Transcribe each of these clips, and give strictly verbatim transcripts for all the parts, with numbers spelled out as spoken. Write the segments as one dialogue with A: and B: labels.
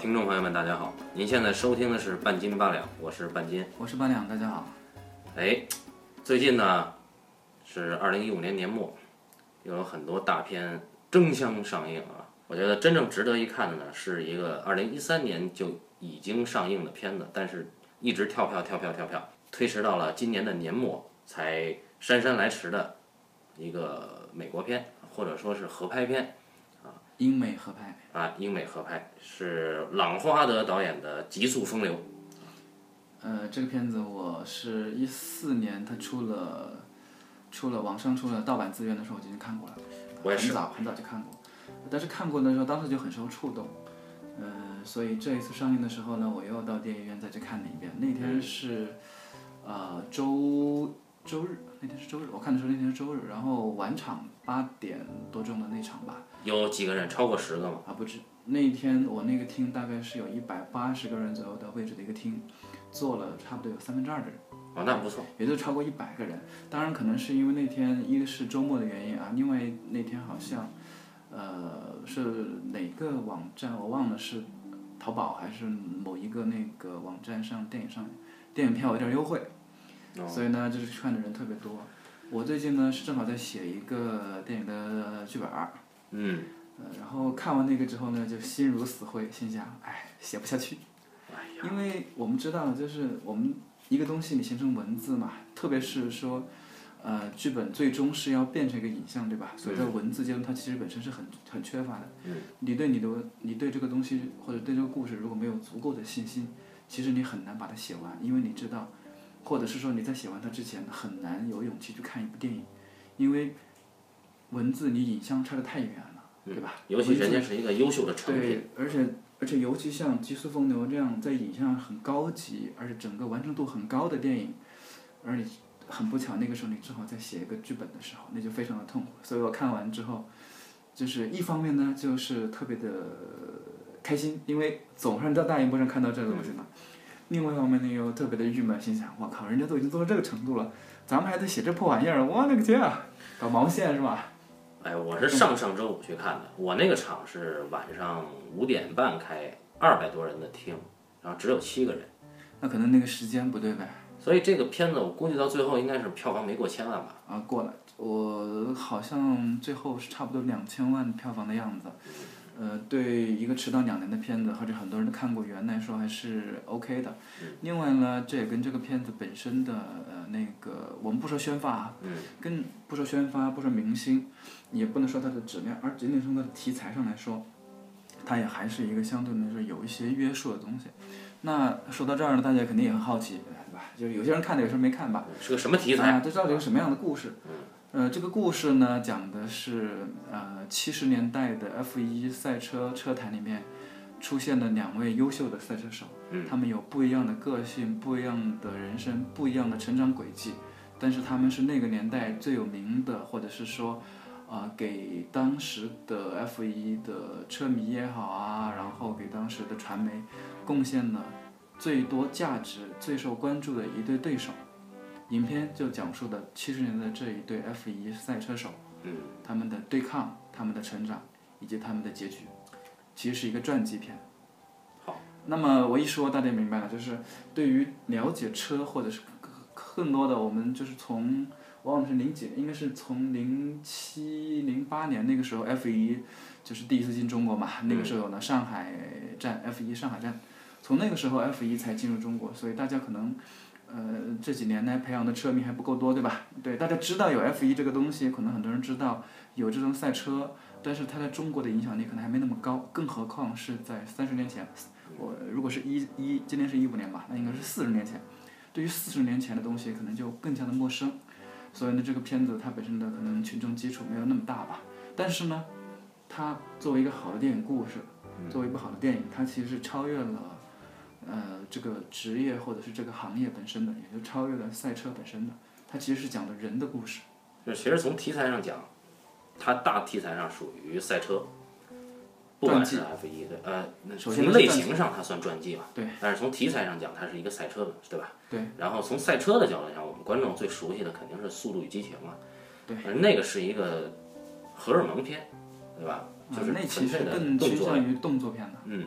A: 听众朋友们，大家好！您现在收听的是半斤八两，我是半斤，
B: 我是半两，大家好。
A: 哎，最近呢是二零一五年年末，又有很多大片争相上映啊。我觉得真正值得一看的呢，是一个二零一三年就已经上映的片子，但是一直跳票跳票跳票，推迟到了今年的年末才姗姗来迟的一个美国片，或者说是合拍片。
B: 英美合拍
A: 啊，英美合拍是朗霍华德导演的《极速风流》。
B: 呃，这个片子我是一四年他出了出了网上出了盗版资源的时候，我就已经看过了。
A: 我也是
B: 很早很早就看过，但是看过的时候当时就很受触动。呃，所以这一次上映的时候呢，我又到电影院再去看了一遍。那天是呃周周日，那天是周日，我看的时候那天是周日，然后晚场八点多钟的那场吧。
A: 有几个人？超过十个吗？
B: 啊，不止。那一天我那个厅大概是有一百八十个人左右的位置的一个厅，坐了差不多有三分之二的人。
A: 哦，那不错。
B: 也就超过一百个人。当然可能是因为那天一个是周末的原因啊，另外那天好像，呃，是哪个网站我忘了，是淘宝还是某一个那个网站上电影上电影票有点优惠，
A: 哦、
B: 所以呢就是看的人特别多。我最近呢是正好在写一个电影的剧本儿。
A: 嗯，
B: 呃，然后看完那个之后呢，就心如死灰，心想，哎，写不下去。
A: 哎呀，
B: 因为我们知道，就是我们一个东西你形成文字嘛，特别是说，呃，剧本最终是要变成一个影像，对吧？所以在文字阶段，它其实本身是很很缺乏的。
A: 嗯。
B: 你对你的你对这个东西或者对这个故事如果没有足够的信心，其实你很难把它写完，因为你知道，或者是说你在写完它之前很难有勇气去看一部电影，因为。文字你影像差得太远了，对吧？
A: 尤其人家是一个优秀的成品。
B: 对，而且而且尤其像《极速风流》这样在影像很高级，而且整个完成度很高的电影，而且很不巧那个时候你正好在写一个剧本的时候，那就非常的痛苦。所以我看完之后，就是一方面呢，就是特别的开心，因为总算在大荧幕上看到这个东西了；另外一方面呢，又特别的郁闷，心想：我靠，人家都已经做到这个程度了，咱们还得写这破玩意儿，我勒个天啊！搞毛线是吧？
A: 哎，我是上上周五去看的，我那个场是晚上五点半开，二百多人的厅，然后只有七个人，
B: 那可能那个时间不对呗。
A: 所以这个片子我估计到最后应该是票房没过千万吧？
B: 啊，过了，我好像最后是差不多两千万票房的样子。呃，对一个迟到两年的片子，或者很多人都看过原来说还是 OK 的。另外呢，这也跟这个片子本身的呃那个，我们不说宣发啊，跟不说宣发，不说明星，也不能说它的质量，而仅仅从它的题材上来说，它也还是一个相对来说有一些约束的东西。那说到这儿呢，大家肯定也很好奇，对吧？就是有些人看的，有些人没看吧？
A: 是个什么题材？
B: 啊，这到底是什么样的故事？呃，这个故事呢，讲的是呃七十年代的 F 一 赛车车坛里面出现了两位优秀的赛车手，
A: 嗯、
B: 他们有不一样的个性、不一样的人生、不一样的成长轨迹，但是他们是那个年代最有名的，或者是说，呃，给当时的 F 一 的车迷也好啊，然后给当时的传媒贡献了最多价值、最受关注的一对对手。影片就讲述的七十年代这一对 F 一 赛车手，
A: 嗯，
B: 他们的对抗、他们的成长以及他们的结局，其实是一个传记片。
A: 好，
B: 那么我一说大家明白了，就是对于了解车或者是更多的，我们就是从我忘了是零几，应该是从零七零八年那个时候 F 一 就是第一次进中国嘛，那个时候有了上海站 F 一 上海站，从那个时候 F 一 才进入中国，所以大家可能。呃，这几年呢，培养的车迷还不够多，对吧？对，大家知道有 F 一 这个东西，可能很多人知道有这种赛车，但是它在中国的影响力可能还没那么高，更何况是在三十年前。我如果是一一，今年是一五年吧，那应该是四十年前。对于四十年前的东西，可能就更加的陌生。所以呢，这个片子它本身的可能群众基础没有那么大吧。但是呢，它作为一个好的电影故事，作为一部好的电影，它其实是超越了。呃，这个职业或者是这个行业本身的，也就超越了赛车本身的，它其实是讲的人的故事。
A: 就其实从题材上讲，它大题材上属于赛车，不管是 F 一 的，呃，从类型上它算传记吧，
B: 对。
A: 但是从题材上讲，它是一个赛车的，对吧？
B: 对。
A: 然后从赛车的角度上，我们观众最熟悉的肯定是《速度与激情》嘛，
B: 对。
A: 那个是一个荷尔蒙片，对吧？就是
B: 那其实更倾向于动作片的。
A: 嗯。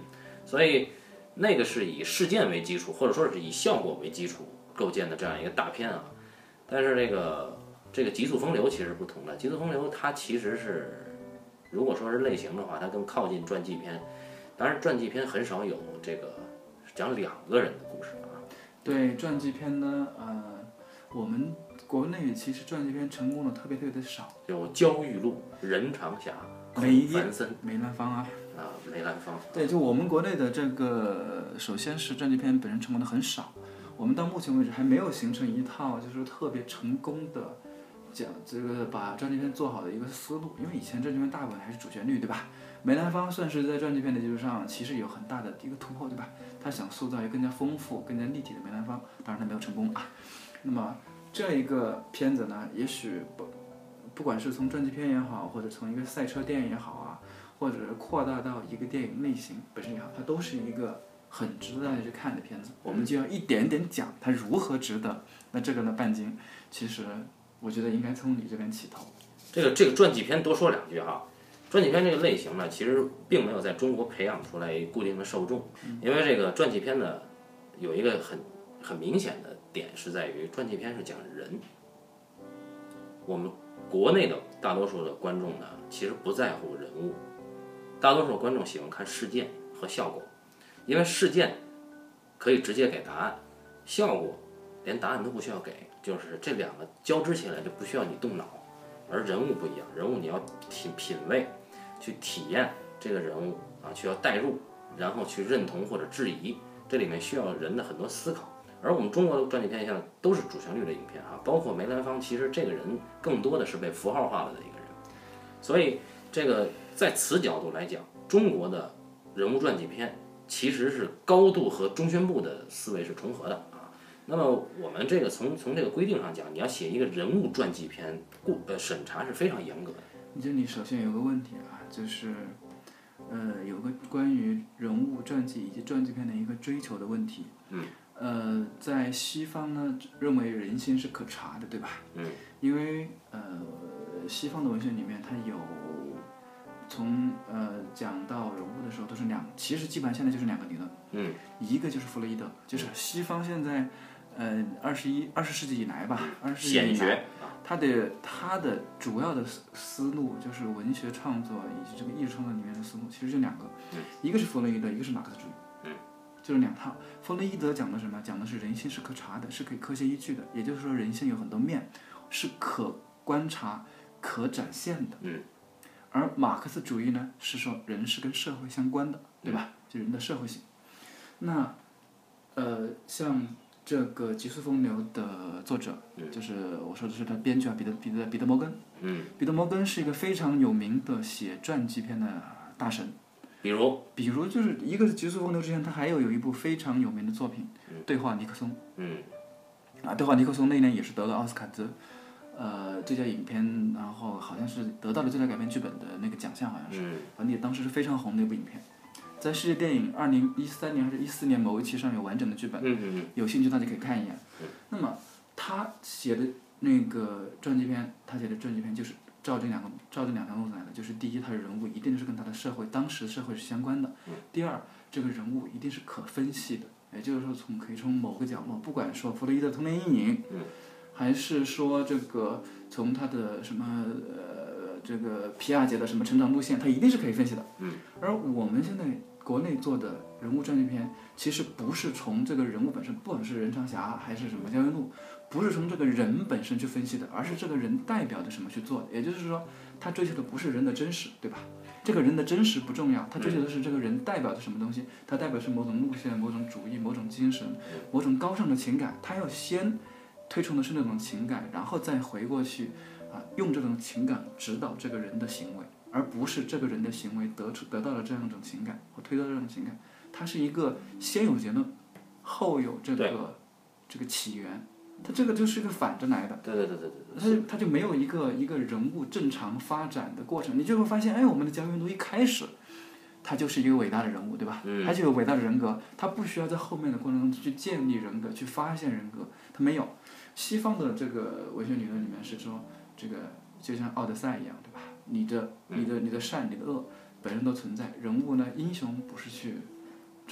A: 所以那个是以事件为基础，或者说是以效果为基础构建的这样一个大片啊。但是这个这个《极速风流》其实不同的，《极速风流》它其实是，如果说是类型的话，它更靠近传记片。当然，传记片很少有这个讲两个人的故事啊。
B: 对，传记片呢，呃，我们国内其实传记片成功的特别特别的少。
A: 有焦裕禄、任长霞、孔繁森、
B: 梅兰芳啊。
A: 啊，梅兰芳。
B: 对，就我们国内的这个，首先是传记片本身成功的很少，我们到目前为止还没有形成一套就是特别成功的讲这个把传记片做好的一个思路。因为以前传记片大部分还是主旋律，对吧？梅兰芳算是在传记片的基础上其实有很大的一个突破，对吧？他想塑造一个更加丰富、更加立体的梅兰芳，当然他没有成功啊。那么这一个片子呢，也许不不管是从传记片也好，或者从一个赛车电影也好啊，或者是扩大到一个电影类型本身也好，它都是一个很值得大家去看的片子。我们就要一点点讲它如何值得。那这个呢，半斤其实我觉得应该从你这边起头。
A: 这个这个传记片多说两句哈。传记片这个类型呢，其实并没有在中国培养出来固定的受众，因为这个传记片呢，有一个很很明显的点是在于，传记片是讲人。我们国内的大多数的观众呢，其实不在乎人物，大多数观众喜欢看事件和效果，因为事件可以直接给答案，效果连答案都不需要给，就是这两个交织起来就不需要你动脑。而人物不一样，人物你要品品味，去体验这个人物啊，需要代入，然后去认同或者质疑，这里面需要人的很多思考。而我们中国的传记片像都是主旋律的影片啊，包括梅兰芳，其实这个人更多的是被符号化了的一个人。所以这个在此角度来讲，中国的人物传记片其实是高度和中宣部的思维是重合的。那么我们这个从从这个规定上讲，你要写一个人物传记片，顾呃审查是非常严格的。
B: 你就你首先有个问题啊，就是呃有个关于人物传记以及传记片的一个追求的问题。
A: 嗯。
B: 呃，在西方呢，认为人心是可查的，对吧？
A: 嗯。
B: 因为呃西方的文学里面，它有从呃讲到人物的时候都是两，其实基本上现在就是两个理论。
A: 嗯。
B: 一个就是弗洛伊德，就是西方现在。呃，二十一、二十世纪以来吧，二十世纪以来，他的他的主要的思思路就是文学创作以及这个艺术创作里面的思路，其实就两个，一个是弗洛伊德，一个是马克思主义，就是两套。弗洛伊德讲的什么？讲的是人性是可查的，是可以科学依据的，也就是说人性有很多面，是可观察、可展现的。而马克思主义呢，是说人是跟社会相关的，对吧？就人的社会性。那呃，像。这个《极速风流》的作者，就是我说的是他编剧啊，彼得彼得彼得摩根。
A: 嗯。
B: 彼得摩根是一个非常有名的写传记片的大神。
A: 比如。
B: 比如就是一个是《极速风流》之前，他还有有一部非常有名的作品，
A: 嗯
B: 《对话尼克松》。
A: 嗯。
B: 啊，《对话尼克松》那年也是得了奥斯卡的，呃，最佳影片，然后好像是得到了最佳改编剧本的那个奖项，好像是。
A: 嗯。
B: 反正也当时是非常红的一部影片。在世界电影二零一三年还是一四年某一期上有完整的剧本，
A: 嗯嗯
B: 有兴趣大家可以看一眼。
A: 嗯、
B: 那么他写的那个传记片，他写的传记片就是照这两个照这两条路子来的，就是第一，他的人物一定是跟他的社会当时社会是相关的；
A: 嗯、
B: 第二，这个人物一定是可分析的，也就是说从可以从某个角落，不管说弗洛伊德童年阴影，
A: 嗯、
B: 还是说这个从他的什么呃这个皮亚杰的什么成长路线，他一定是可以分析的。
A: 嗯、
B: 而我们现在国内做的人物传记片，其实不是从这个人物本身，不管是任长霞还是什么焦裕禄，不是从这个人本身去分析的，而是这个人代表的什么去做的。也就是说，他追求的不是人的真实，对吧？这个人的真实不重要，他追求的是这个人代表的什么东西，他代表是某种路线、某种主义、某种精神、某种高尚的情感。他要先推崇的是那种情感，然后再回过去啊，用这种情感指导这个人的行为。而不是这个人的行为得出得到了这样一种情感或推到这种情感，它是一个先有结论，后有这个这个起源，它这个就是一个反着来的。
A: 对对对对对。
B: 它它就没有一个一个人物正常发展的过程，你就会发现，哎，我们的焦裕禄一开始，他就是一个伟大的人物，对吧？
A: 嗯。
B: 他就有伟大的人格，他不需要在后面的过程中去建立人格，去发现人格，他没有。西方的这个文学理论里面是说，这个就像奥德赛一样，对吧？你的、你的、你的善、你的恶，本身都存在。人物呢，英雄不是去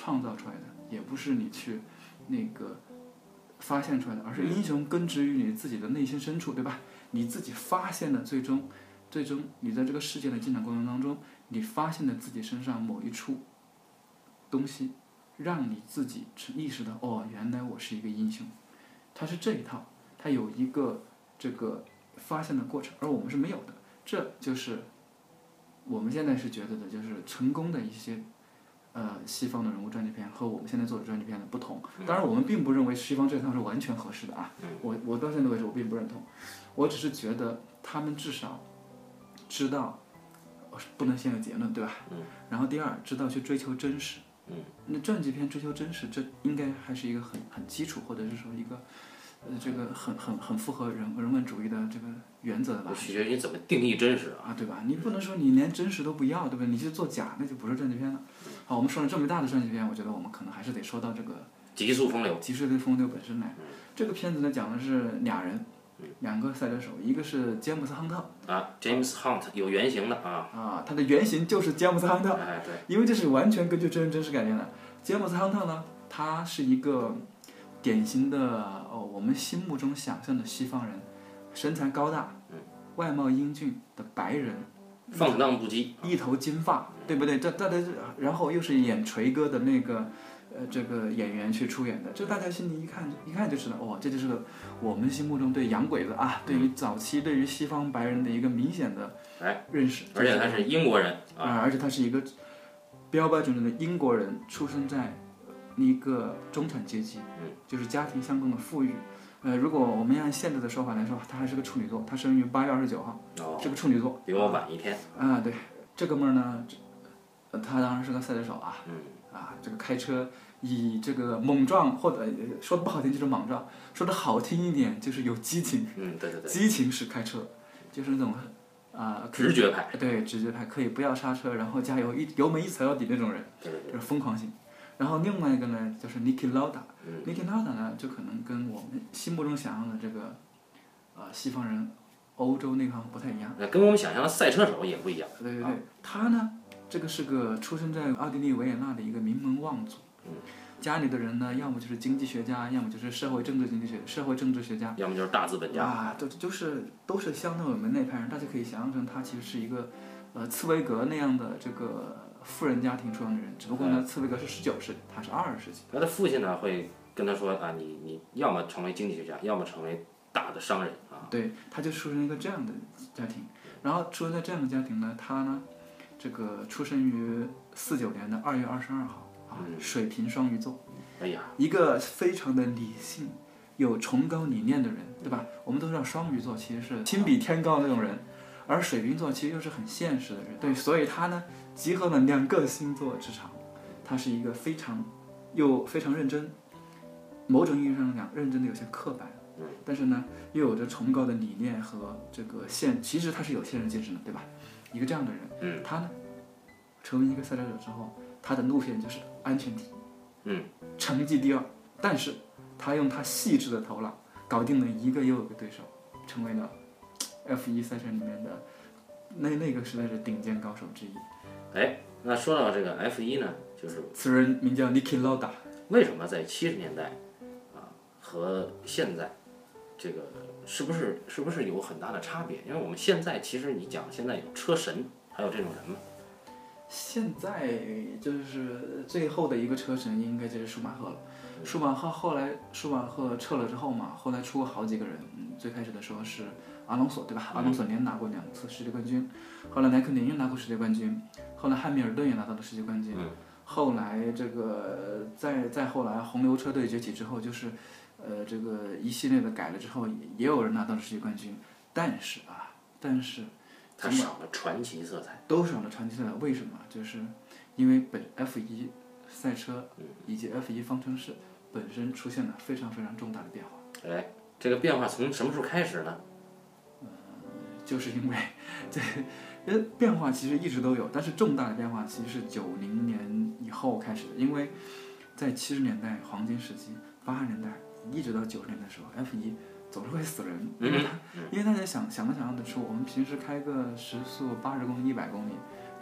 B: 创造出来的，也不是你去那个发现出来的，而是英雄根植于你自己的内心深处，对吧？你自己发现的，最终，最终你在这个世界的进展过程当中，你发现了自己身上某一处东西，让你自己意识到，哦，原来我是一个英雄。它是这一套，它有一个这个发现的过程，而我们是没有的。这就是我们现在是觉得的，就是成功的一些呃西方的人物传记片和我们现在做的传记片的不同。当然，我们并不认为西方这套是完全合适的啊。我我到现在为止我并不认同，我只是觉得他们至少知道，不能先有结论，对吧？然后第二，知道去追求真实。那传记片追求真实，这应该还是一个很很基础，或者是说一个，呃，这个很很很符合人人文主义的这个原则的吧？
A: 取决于你怎么定义真实
B: 啊，对吧？你不能说你连真实都不要，对不对？你去做假，那就不是传记片了。好，我们说了这么大的传记片，我觉得我们可能还是得说到这个
A: 极速风流。
B: 极速的风流本身来。这个片子呢，讲的是俩人，两个赛车手，一个是詹姆斯亨特。
A: 啊 ，James Hunt 有原型的啊。
B: 啊，他的原型就是詹姆斯亨特。
A: 哎，对。
B: 因为这是完全根据真人真事改编的。詹姆斯亨特呢，他是一个典型的哦，我们心目中想象的西方人，身材高大，
A: 嗯、
B: 外貌英俊的白人，
A: 放荡不羁，
B: 一头金发，对不对？这大家，然后又是演锤哥的那个呃这个演员去出演的，这大家心里一看一看就知道，哦，这就是我们心目中对洋鬼子啊，对于早期对于西方白人的一个明显的认识。
A: 而且他是英国人
B: 啊，而且他是一个标标准准的英国人，出生在一个中产阶级，就是家庭相当的富裕。呃，如果我们按现在的说法来说，他还是个处女座，他生于八月二十九号，
A: 哦、
B: 是个处女座，
A: 比我晚一天。
B: 啊，对，这哥们儿呢，呃，他当然是个赛车手啊，
A: 嗯，
B: 啊，这个开车以这个猛撞，或者说的不好听就是莽撞，说的好听一点就是有激情，
A: 嗯，对对对，
B: 激情式开车，就是那种。啊、呃，
A: 直觉派，
B: 对，直觉派可以不要刹车，然后加油一油门一踩到底那种人，
A: 对对对，
B: 就是疯狂型。然后另外一个呢，就是 Niki Lauda，Niki、嗯、Lauda 呢，就可能跟我们心目中想象的这个，呃，西方人、欧洲那行不太一样。
A: 跟我们想象的赛车手也不一样。
B: 对对对，啊、他呢，这个是个出生在奥地利维也纳的一个名门望族。
A: 嗯。
B: 家里的人呢，要么就是经济学家，要么就是社会政治经济学、社会政治学家，
A: 要么就是大资本家
B: 啊，都就是都是相当有门那派人。大家可以想象成他其实是一个，呃，茨威格那样的这个富人家庭出生的人，只不过呢，茨威格是十九世纪，他是二十世纪。
A: 他的父亲呢会跟他说啊，你你要么成为经济学家，要么成为大的商人啊。
B: 对，他就出生一个这样的家庭，然后出生在这样的家庭呢，他呢，这个出生于四九年的二月二十二号。
A: 嗯、
B: 水瓶双鱼座，
A: 哎呀，
B: 一个非常的理性、有崇高理念的人，对吧？我们都知道双鱼座其实是心比天高的那种人，而水瓶座其实又是很现实的人，对，所以他呢集合了两个星座之长，他是一个非常又非常认真，某种意义上讲认真的有些刻板，但是呢又有着崇高的理念和这个现，其实他是有现实精神的，对吧？一个这样的人，他呢成为一个赛车手之后。他的路线就是安全第一，
A: 嗯，
B: 成绩第二，但是他用他细致的头脑搞定了一个又一个对手，成为了 F 一 赛车里面的那那个实在是顶尖高手之一。
A: 哎，那说到这个 F 一 呢，就是
B: 此人名叫 Niki Lauda。
A: 为什么在七十年代啊和现在这个是不是是不是有很大的差别？因为我们现在其实你讲现在有车神，还有这种人吗？
B: 现在就是最后的一个车神，应该就是舒马赫了。舒马赫后来舒马赫撤了之后嘛，后来出过好几个人。嗯，最开始的时候是阿隆索，对吧？阿隆索连拿过两次世界冠军，后来莱克宁也拿过世界冠军，后来汉密尔顿也拿到了世界冠军。后来这个再再后来红牛车队崛起之后，就是呃这个一系列的改了之后，也有人拿到了世界冠军。但是啊，但是。
A: 它少了传奇色彩，
B: 都少了传奇色彩。为什么？就是因为本 F 一 赛车以及 F 一 方程式本身出现了非常非常重大的变化。
A: 哎，这个变化从什么时候开始呢？
B: 嗯，就是因为这呃变化其实一直都有，但是重大的变化其实是九零年以后开始的。因为在七十年代黄金时期，八十年代一直到九十年代的时候 ，F 一总是会死人，因为他，因为大家想想都想象得出，我们平时开个时速八十公里、一百公里，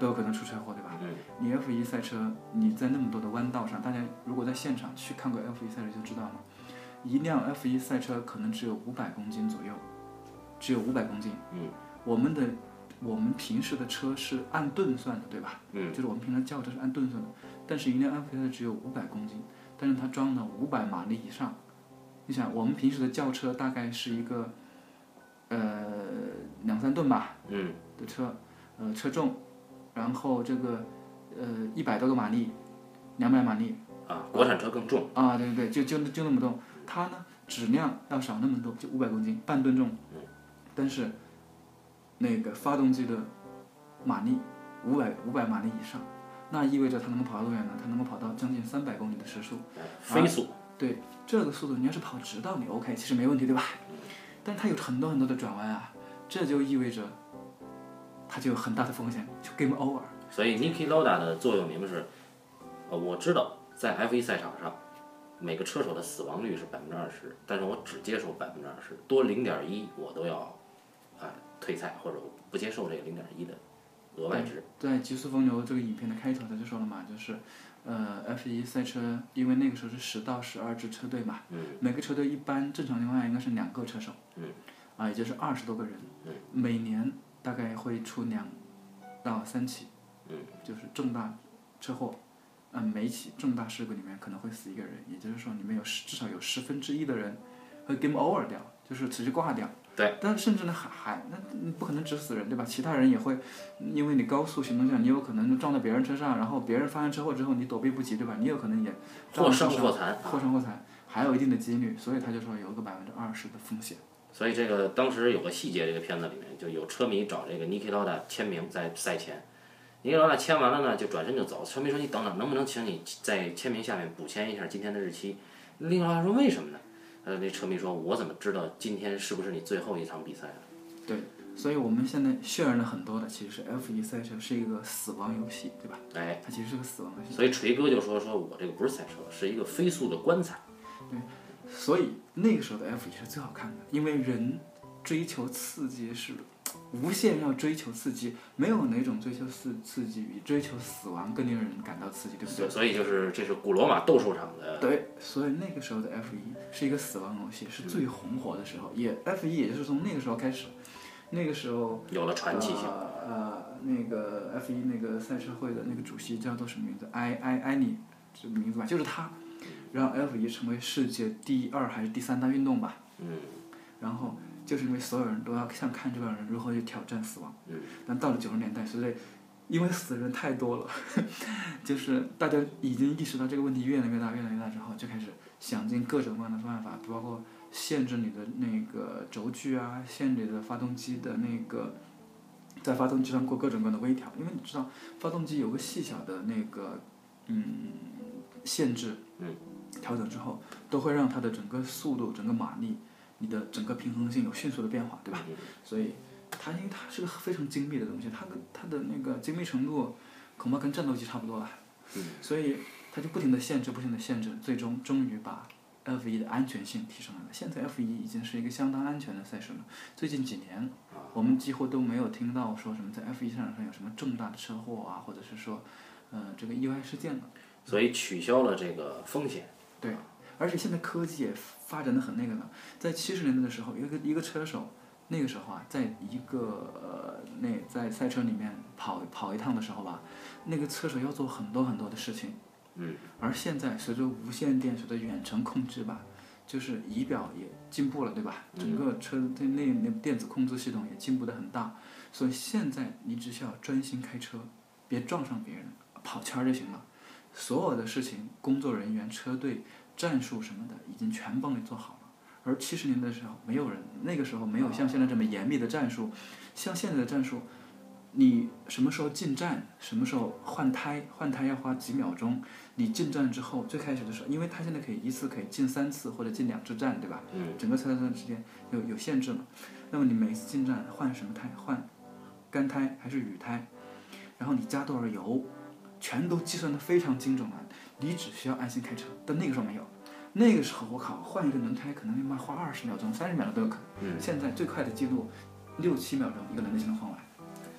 B: 都有可能出车祸，对吧？
A: 嗯。
B: 你 F 一 赛车，你在那么多的弯道上，大家如果在现场去看过 F 一 赛车就知道了，一辆 F 一 赛车可能只有五百公斤左右，只有五百公斤。
A: 嗯。
B: 我们的我们平时的车是按吨算的，对吧？
A: 嗯。
B: 就是我们平常轿车是按吨算的，但是一辆 F 一 赛车只有五百公斤，但是它装了五百马力以上。你想，我们平时的轿车大概是一个，呃，两三吨吧，
A: 嗯，
B: 的车，呃，车重，然后这个，呃，一百多个马力，两百马力。
A: 啊，国产车更重。
B: 啊，对对对，就就就那么重，它呢质量要少那么多，就五百公斤，半吨重。
A: 嗯。
B: 但是，那个发动机的马力五百五百马力以上，那意味着它能够跑多远呢？它能够跑到将近三百公里的时速。
A: 飞速。
B: 对，这个速度你要是跑直道你 OK， 其实没问题，对吧？但是它有很多很多的转弯啊，这就意味着它就有很大的风险，就 game over。
A: 所以 Niki Lauda 的座右铭是，呃，我知道在 F 一 赛场上，每个车手的死亡率是百分之二十，但是我只接受百分之二十，多零点一我都要啊、呃、退赛或者不接受这个零点一的额外值。
B: 在《极速风流》这个影片的开头他就说了嘛，就是。呃 ，F 一 赛车，因为那个时候是十到十二支车队嘛，
A: 嗯、
B: 每个车队一般正常情况下应该是两个车手，
A: 嗯、
B: 啊，也就是二十多个人，
A: 嗯、
B: 每年大概会出两到三起，
A: 嗯、
B: 就是重大车祸，嗯，每一起重大事故里面可能会死一个人，也就是说里面有十至少有十分之一的人会 game over 掉，就是直接挂掉。
A: 对。
B: 但甚至呢还还那你不可能只死人对吧？其他人也会，因为你高速行动下，你有可能撞到别人车上，然后别人发生车祸之后你躲避不及对吧？你有可能也
A: 或伤或残，
B: 或伤或残，还有一定的几率，所以他就说有个百分之二十的风险。
A: 所以这个当时有个细节，这个片子里面就有车迷找这个 Niki Lauda 签名，在赛前，Niki Lauda 签完了呢就转身就走，车迷说你等等，能不能请你在签名下面补签一下今天的日期？Niki Lauda 说为什么呢？呃，那车迷说：“我怎么知道今天是不是你最后一场比赛啊？”
B: 对，所以我们现在渲染了很多的，其实是 F 一 赛车是一个死亡游戏，对吧？
A: 哎，
B: 它其实是个死亡游戏。
A: 所以锤哥就说：“说我这个不是赛车，是一个飞速的棺材。”
B: 对，所以那个时候的 F 一是最好看的，因为人追求刺激是无限要追求刺激，没有哪种追求刺刺激比追求死亡更令人感到刺激，对不对？
A: 所以就是这是古罗马斗兽场的。
B: 对，所以那个时候的 F 一是一个死亡游戏，是最红火的时候，也 F 一也就是从那个时候开始，那个时候
A: 有了传奇性。
B: 呃，呃那个 F 一那个赛车会的那个主席叫做什么名字？埃埃埃尼这个名字吧，就是他，让 F 一成为世界第二还是第三大运动吧。
A: 嗯。
B: 然后。就是因为所有人都要想看这个人如何去挑战死亡，
A: 嗯，
B: 但到了九十年代，随着因为死的人太多了，就是大家已经意识到这个问题越来越大、越来越大之后，就开始想尽各种各样的办法，包括限制你的那个轴距啊，限制你的发动机的那个在发动机上过各种各样的微调，因为你知道发动机有个细小的那个嗯限制，
A: 嗯，
B: 调整之后都会让它的整个速度、整个马力。你的整个平衡性有迅速的变化，对吧？所以它因为它是个非常精密的东西，它跟它的那个精密程度恐怕跟战斗机差不多了。
A: 嗯。
B: 所以它就不停的限制，不停的限制，最终终于把 F 一 的安全性提升来了。现在 F 一 已经是一个相当安全的赛事了。最近几年，我们几乎都没有听到说什么在 F 一 赛场上有什么重大的车祸啊，或者是说，呃，这个意外事件了。
A: 所以取消了这个风险。
B: 对。而且现在科技也发展的很那个了，在七十年代的时候，一个一个车手，那个时候啊，在一个呃那在赛车里面跑跑一趟的时候吧，那个车手要做很多很多的事情。
A: 嗯。
B: 而现在随着无线电、随着远程控制吧，就是仪表也进步了，对吧？整个车的那那电子控制系统也进步的很大，所以现在你只需要专心开车，别撞上别人，跑圈就行了。所有的事情，工作人员、车队。战术什么的已经全帮你做好了，而七十年代的时候没有人，那个时候没有像现在这么严密的战术，像现在的战术，你什么时候进站，什么时候换胎，换胎要花几秒钟，你进站之后最开始的时候，因为它现在可以一次可以进三次或者进两次站，对吧？
A: 嗯。
B: 整个赛车之间有有限制了，那么你每次进站换什么胎，换干胎还是雨胎，然后你加多少油，全都计算得非常精准了。你只需要安心开车，但那个时候没有，那个时候我靠，换一个轮胎可能要花二十秒钟、三十秒钟都有可能。
A: 嗯。
B: 现在最快的记录，六七秒钟一个轮胎就能换完。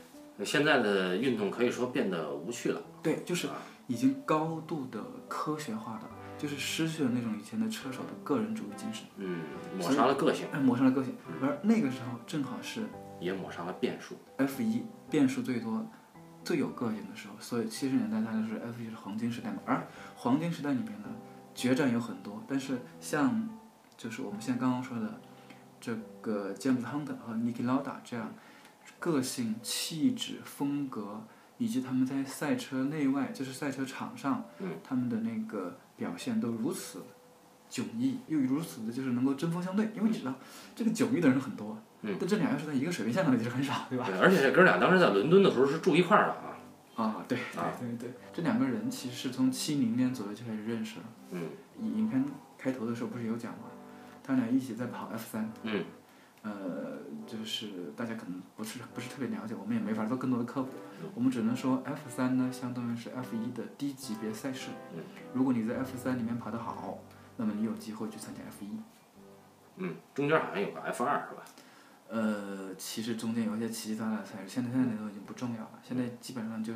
A: 现在的运动可以说变得无趣了。
B: 对，就是已经高度的科学化了，就是失去了那种以前的车手的个人主义精神。
A: 嗯，抹杀了个性。
B: 哎，抹杀了个性。而那个时候正好是
A: 也抹杀了变数。
B: F 一 变数最多、最有个性的时候，所以七十年代它就是 F 一是黄金时代嘛。而黄金时代里面呢，决战有很多，但是像就是我们现在刚刚说的这个 James Hunter 和 Niki Lauda 这样个性、气质、风格，以及他们在赛车内外，就是赛车场上，
A: 嗯，
B: 他们的那个表现都如此迥异，又如此的就是能够针锋相对。因为你知道，这个迥异的人很多，
A: 嗯，
B: 但这俩要是在一个水平线上，其实很少，对吧？
A: 对，而且这哥俩当时在伦敦的时候是住一块儿的啊。
B: 啊，对对对对，这两个人其实是从七零年左右就开始认识了。
A: 嗯，
B: 影片开头的时候不是有讲吗？他俩一起在跑 F 三。
A: 嗯。
B: 呃，就是大家可能不是不是特别了解，我们也没法做更多的科普。我们只能说 F 三呢，相当于是 F 一的低级别赛事。如果你在 F 三里面跑得好，那么你有機會去參加 F 一。
A: 嗯，中間好像有個 F 二是吧？
B: 呃，其實中間有一些其他的賽事，現在現在都已經不重要了。現在基本上就是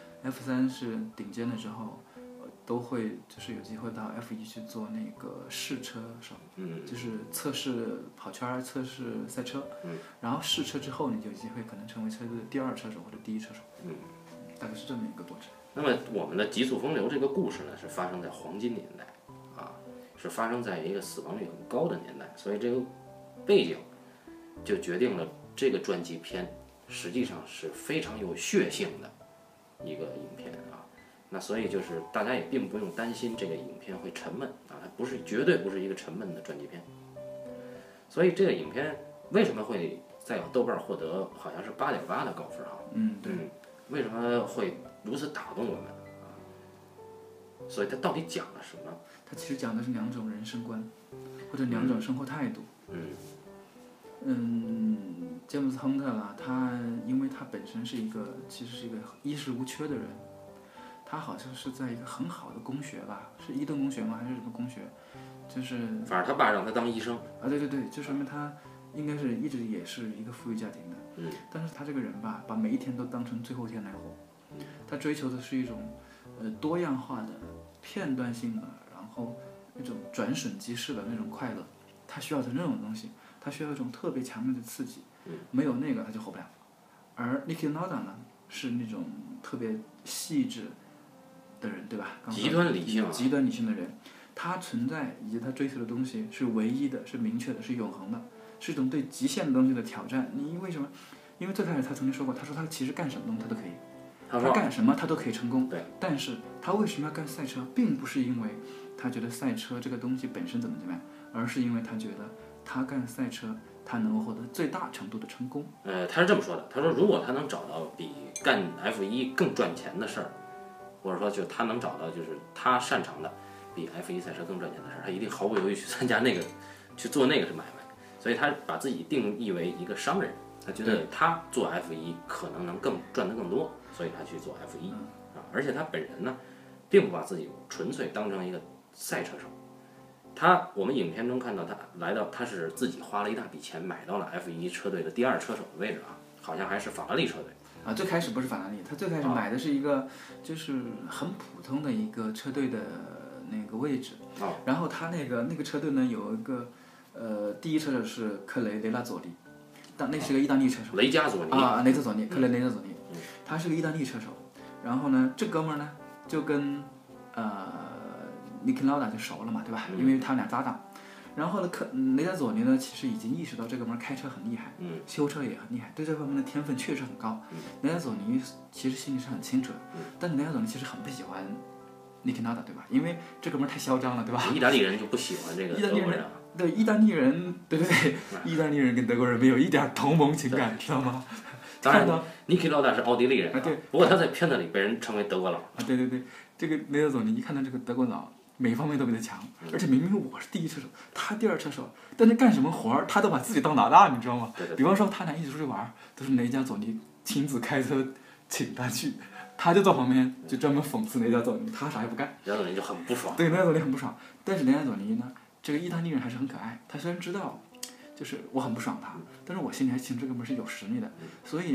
B: F 三是頂尖了之後，都會就是有機會到 F 一去做那個試車手，
A: 嗯，
B: 就是測試跑圈、測試賽車。
A: 嗯，
B: 然後試車之後，你就有機會可能成為車隊的第二車手或者第一車手。
A: 嗯，
B: 大概是這麼一個過程。
A: 那麼我們的極速風流這個故事呢，是發生在黃金年代，啊，是發生在一個死亡率很高的年代，所以這個背景就決定了這個傳記片實際上是非常有血性的一個影片啊。那所以就是大家也並不用擔心這個影片會沉悶啊，它不是絕對不是一個沉悶的傳記片。所以這個影片為什麼會在豆瓣獲得好像是八點八的高分啊？
B: 嗯，對。
A: 嗯，為什麼會如此打動我們啊？所以它到底講了什麼？
B: 它其實講的是兩種人生觀，或者兩種生活態度。
A: 嗯。
B: 嗯，詹姆斯·亨特啦，他因為他本身是一個其實是一個衣食無缺的人，他好像是在一個很好的公學吧，是伊頓公學嗎？還是什麼公學？就是
A: 反正他爸讓他當醫生。
B: 啊，對對對，就說明他應該是一直也是一個富裕家庭的。
A: 嗯。
B: 但是他這個人吧，把每一天都當成最後一天來活。嗯。他追求的是一種呃多樣化的、片段性的，然後那種轉瞬即逝的那種快樂。他需要的那種東西，他需要一種特別強烈的刺激。
A: 嗯。
B: 沒有那個他就活不了。而 Niki Lauda 呢，是那種特別細緻的人，對吧？
A: 極端理性。
B: 極端理性的人。他存在以及他追求的東西是唯一的，是明確的，是永恆的，是一種對極限的東西的挑戰。你為什麼？因為最開始他曾經說過，他說他其實幹什麼東西他都可以，他幹什麼他都可以成功。
A: 對。
B: 但是他為什麼要幹賽車？並不是因為他覺得賽車這個東西本身怎麼怎麼樣，而是因為他覺得他幹賽車，他能夠獲得最大程度的成功。
A: 呃，他是這麼說的，他說如果他能找到比幹 F 一更賺錢的事兒，或者說就他能找到就是他擅長的。比 F 一賽車更賺錢的事，他一定毫不猶豫去參加那個，去做那個是買賣。所以他把自己定義為一個商人，他覺得他做 F 一可能能更賺得更多，所以他去做 F 一啊。而且他本人呢，並不把自己純粹當成一個賽車手。他我們影片中看到他來到，他是自己花了一大筆錢買到了 F 一車隊的第二車手的位置啊，好像還是法拉利車隊。
B: 啊，最開始不是法拉利，他最開始買的是一個就是很普通的一個車隊的。那個位置，然後他那個那個車隊呢有一個，呃，第一車手是克雷雷拉佐尼，但那是個意大利車手。
A: 雷加佐尼
B: 啊，雷特佐尼，克雷雷特佐尼，嗯、他是個意大利車手。然後呢，這哥們兒呢就跟呃 Niki Lauda 就熟了嘛，對吧？因為他們倆搭檔。然後呢，克雷加佐尼呢其實已經意識到這哥們兒開車很厲害，嗯，修車也很厲害，對這方面的天分確實很高。嗯、雷加佐尼其實心裡是很清楚的，嗯、但雷加佐尼其實很不喜歡。Niki Lauda 對吧？因為這哥們太囂張了，對吧？
A: 意大利人就不喜歡這個德國人。
B: 對，意大利人，對不對？意大利人跟德國人沒有一點同盟情感，知道嗎？
A: 當然，Niki Lauda是奧地利人
B: 啊，對。
A: 不過他在片子裡被人稱為德國佬。
B: 啊，對對對，這個雷加佐尼一看到這個德國佬，每方面都比他強，而且明明我是第一車手，他第二車手，但是幹什麼活兒，他都把自己當老大，你知道嗎？
A: 對對對。
B: 比方說他倆一起出去玩，都是雷加佐尼親自開車請他去。他就在旁邊就專門諷刺雷加佐尼，他啥也不幹。
A: 雷加佐尼就很不爽。
B: 對，雷加佐尼很不爽。但是雷加佐尼呢，這個意大利人還是很可愛。他雖然知道，就是我很不爽他，但是我心裡還清這哥們是有實力的。所以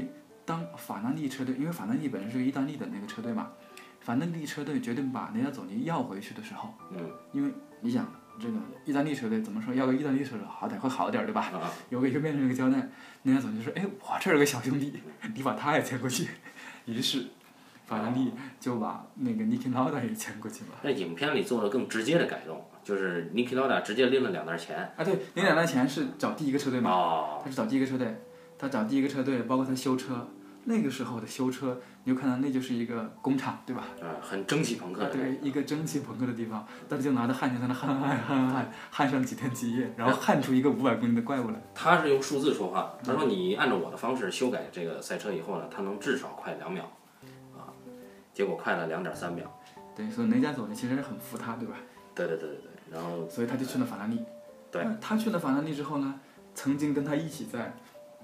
B: 当法拉利车队，因为法拉利本身是个意大利的那个车队嘛，法拉利车队决定把雷纳佐尼要回去的时候，
A: 嗯，
B: 因为你想这个意大利车队怎么说，要个意大利车手好歹会好点对吧？
A: 啊、
B: 有个一个面上有个交代，雷纳佐尼说，哎，我这儿有个小兄弟，你把他也签过去，于是法拉利就把那个 Niki Lauda 也签过去了。
A: 那影片里做了更直接的改动，就是 Niki Lauda 直接拎了两袋钱。
B: 啊，对，领两袋钱是找第一个车队嘛？
A: 哦，
B: 他是找第一个车队，他找第一个车队，包括他修车。那个时候的修车，你就看到那就是一个工厂，对吧？
A: 呃，很蒸汽朋克的。
B: 对，一个蒸汽朋克的地方，大家就拿着焊枪在那焊焊焊焊焊上几天几夜，然后焊出一个五百公斤的怪物来。
A: 他是用数字说话，他说你按照我的方式修改这个赛车以后呢，它能至少快两秒，啊，结果快了两点三秒。
B: 对，所以雷加佐尼其实是很服他，对吧？
A: 对对对对对，然后
B: 所以他就去了法拉利。
A: 对，
B: 他去了法拉利之后呢，曾经跟他一起在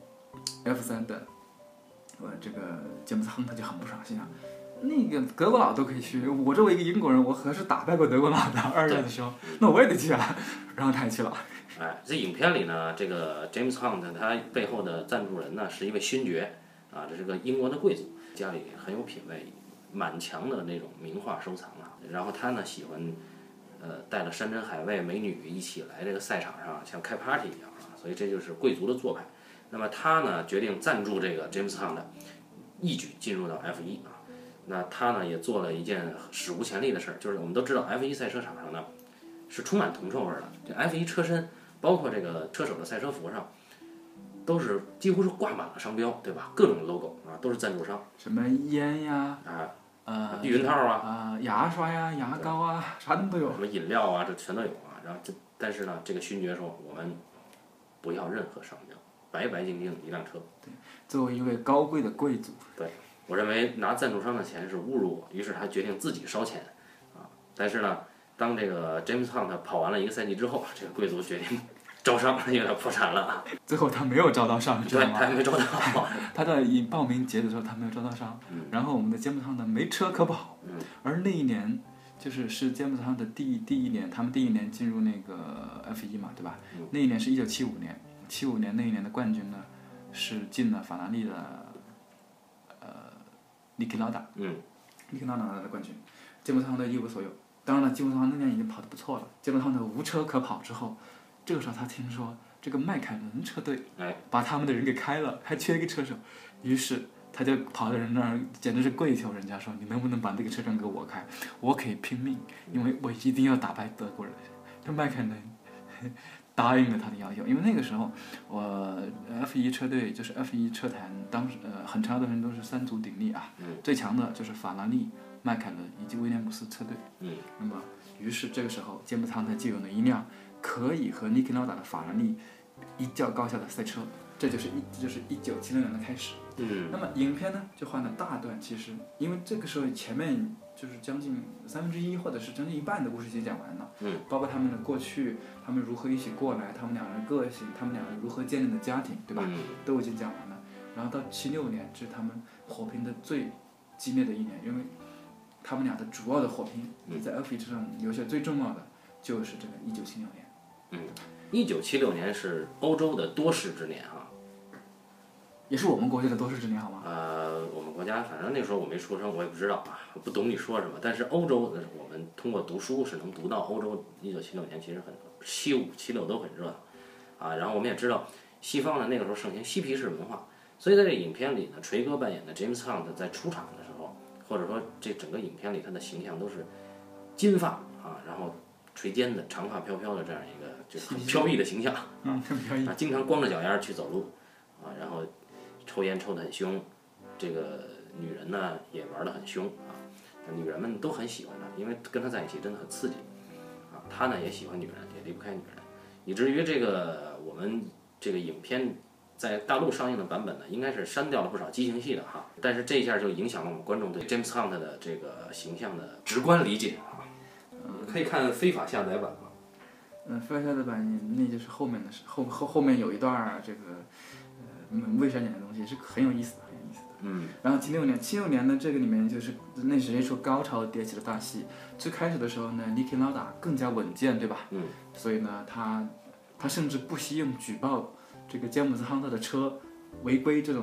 B: F 三的。呃，这个詹姆斯亨特就很不爽心啊，那个德国佬都可以去，我作为一个英国人，我可是打败过德国佬的二战的时候，那我也得去啊，然后他也去了。
A: 哎，这影片里呢，这个 James Hunt 他背后的赞助人呢是一位勋爵，啊，这是个英国的贵族，家里很有品位，满墙的那种名画收藏啊。然后他呢喜欢，呃，带了山珍海味、美女一起来这个赛场上，像开 party 一样啊，所以这就是贵族的做派。那么他呢决定赞助这个 James Hunt， 一举进入到 F 一 啊。那他呢也做了一件史无前例的事儿，就是我们都知道 F 一 赛车场上呢是充满铜臭味的。这 F 一 车身，包括这个车手的赛车服上，都是几乎是挂满了商标，对吧？各种 logo 啊，都是赞助商。
B: 什么烟呀，
A: 啊，
B: 呃，
A: 避孕套啊，
B: 啊，牙刷呀，牙膏啊，啥东西都有。
A: 什么饮料啊，这全都有啊。然后这，但是呢，这个勋爵说我们不要任何商标。白白净净一辆车。
B: 对，作为一位高贵的贵族，
A: 对，我认为拿赞助商的钱是侮辱我，于是他决定自己烧钱，啊，但是呢，当这个 James Hunt 跑完了一个赛季之后，这个贵族决定招商，因为他破产了。
B: 最后他没有招到商，你知道吗？
A: 对，他还没招到。
B: 他在以报名截的时候，他没有招到商，
A: 嗯、
B: 然后我们的詹姆斯汉特没车可跑，
A: 嗯、
B: 而那一年。就是是詹姆斯汉特第第一年，他们第一年进入那个 F 一 嘛，对吧？
A: 嗯、
B: 那一年是一九七五年，七五年那一年的冠军呢，是进了法拉利的，呃，尼基劳达，
A: 嗯，
B: 尼基劳达拿的冠军，詹姆斯汉特一无所有。当然了，詹姆斯汉特那年已经跑得不错了。詹姆斯汉特无车可跑之后，这个时候他听说这个迈凯伦车队把他们的人给开了，还缺一个车手，于是。他就跑到人那儿，简直是跪求人家说：“你能不能把这个车让给我开？我可以拼命，因为我一定要打败德国人。”这迈凯伦答应了他的要求，因为那个时候我 F 一 车队就是 F 一 车坛，当时呃很长一段时间都是三足鼎立啊，
A: 嗯、
B: 最强的就是法拉利、迈凯伦以及威廉姆斯车队。
A: 嗯、
B: 那么，于是这个时候，詹姆斯汉特就有了一辆可以和尼基劳达的法拉利一较高下的赛车。这就是一，这就是一九七六年的开始。
A: 嗯。
B: 那么影片呢，就换了大段，其实因为这个时候前面就是将近三分之一或者是将近一半的故事已经讲完了。
A: 嗯。
B: 包括他们的过去，他们如何一起过来，他们两人的个性，他们两人如何建立的家庭，对吧？
A: 嗯。
B: 都已经讲完了。然后到七六年，这是他们火拼的最激烈的一年，因为他们俩的主要的火拼，
A: 嗯、
B: 在 F 一 车上留下最重要的就是这个一九七六年。
A: 嗯。一九七六年是欧洲的多事之年啊。
B: 也是我们国家的多事之年，好吗？
A: 呃，我们国家反正那时候我没出生，我也不知道啊，不懂你说什么。但是欧洲，我们通过读书是能读到欧洲一九七六年其实很七五七六都很热闹啊。然后我们也知道西方呢那个时候盛行嬉皮士文化，所以在这影片里呢，锤哥扮演的 James Hunt 在出场的时候，或者说这整个影片里他的形象都是金发啊，然后垂肩的长发飘飘的这样一个就是很飘逸的形象啊，
B: 嗯，很飘逸
A: 啊，经常光着脚丫去走路啊，然后。抽烟抽得很凶，这个女人呢也玩得很凶啊，女人们都很喜欢他，因为跟他在一起真的很刺激啊。他呢也喜欢女人，也离不开女人，以至于这个我们这个影片在大陆上映的版本呢，应该是删掉了不少激情戏的哈。但是这一下就影响了我们观众对 James Hunt 的这个形象的直观理解啊。嗯，可以看非法下载版吗？
B: 嗯，非法下载版那就是后面的事，后后后面有一段这个。嗯，未删减的东西是很有意思的，很有意思的。
A: 嗯。
B: 然后七六年，七六年呢，这个里面就是那是一出高潮迭起的大戏。最开始的时候呢 ，Niki Lauda 更加稳健，对吧？
A: 嗯。
B: 所以呢，他他甚至不惜用举报这个詹姆斯亨特的车违规这种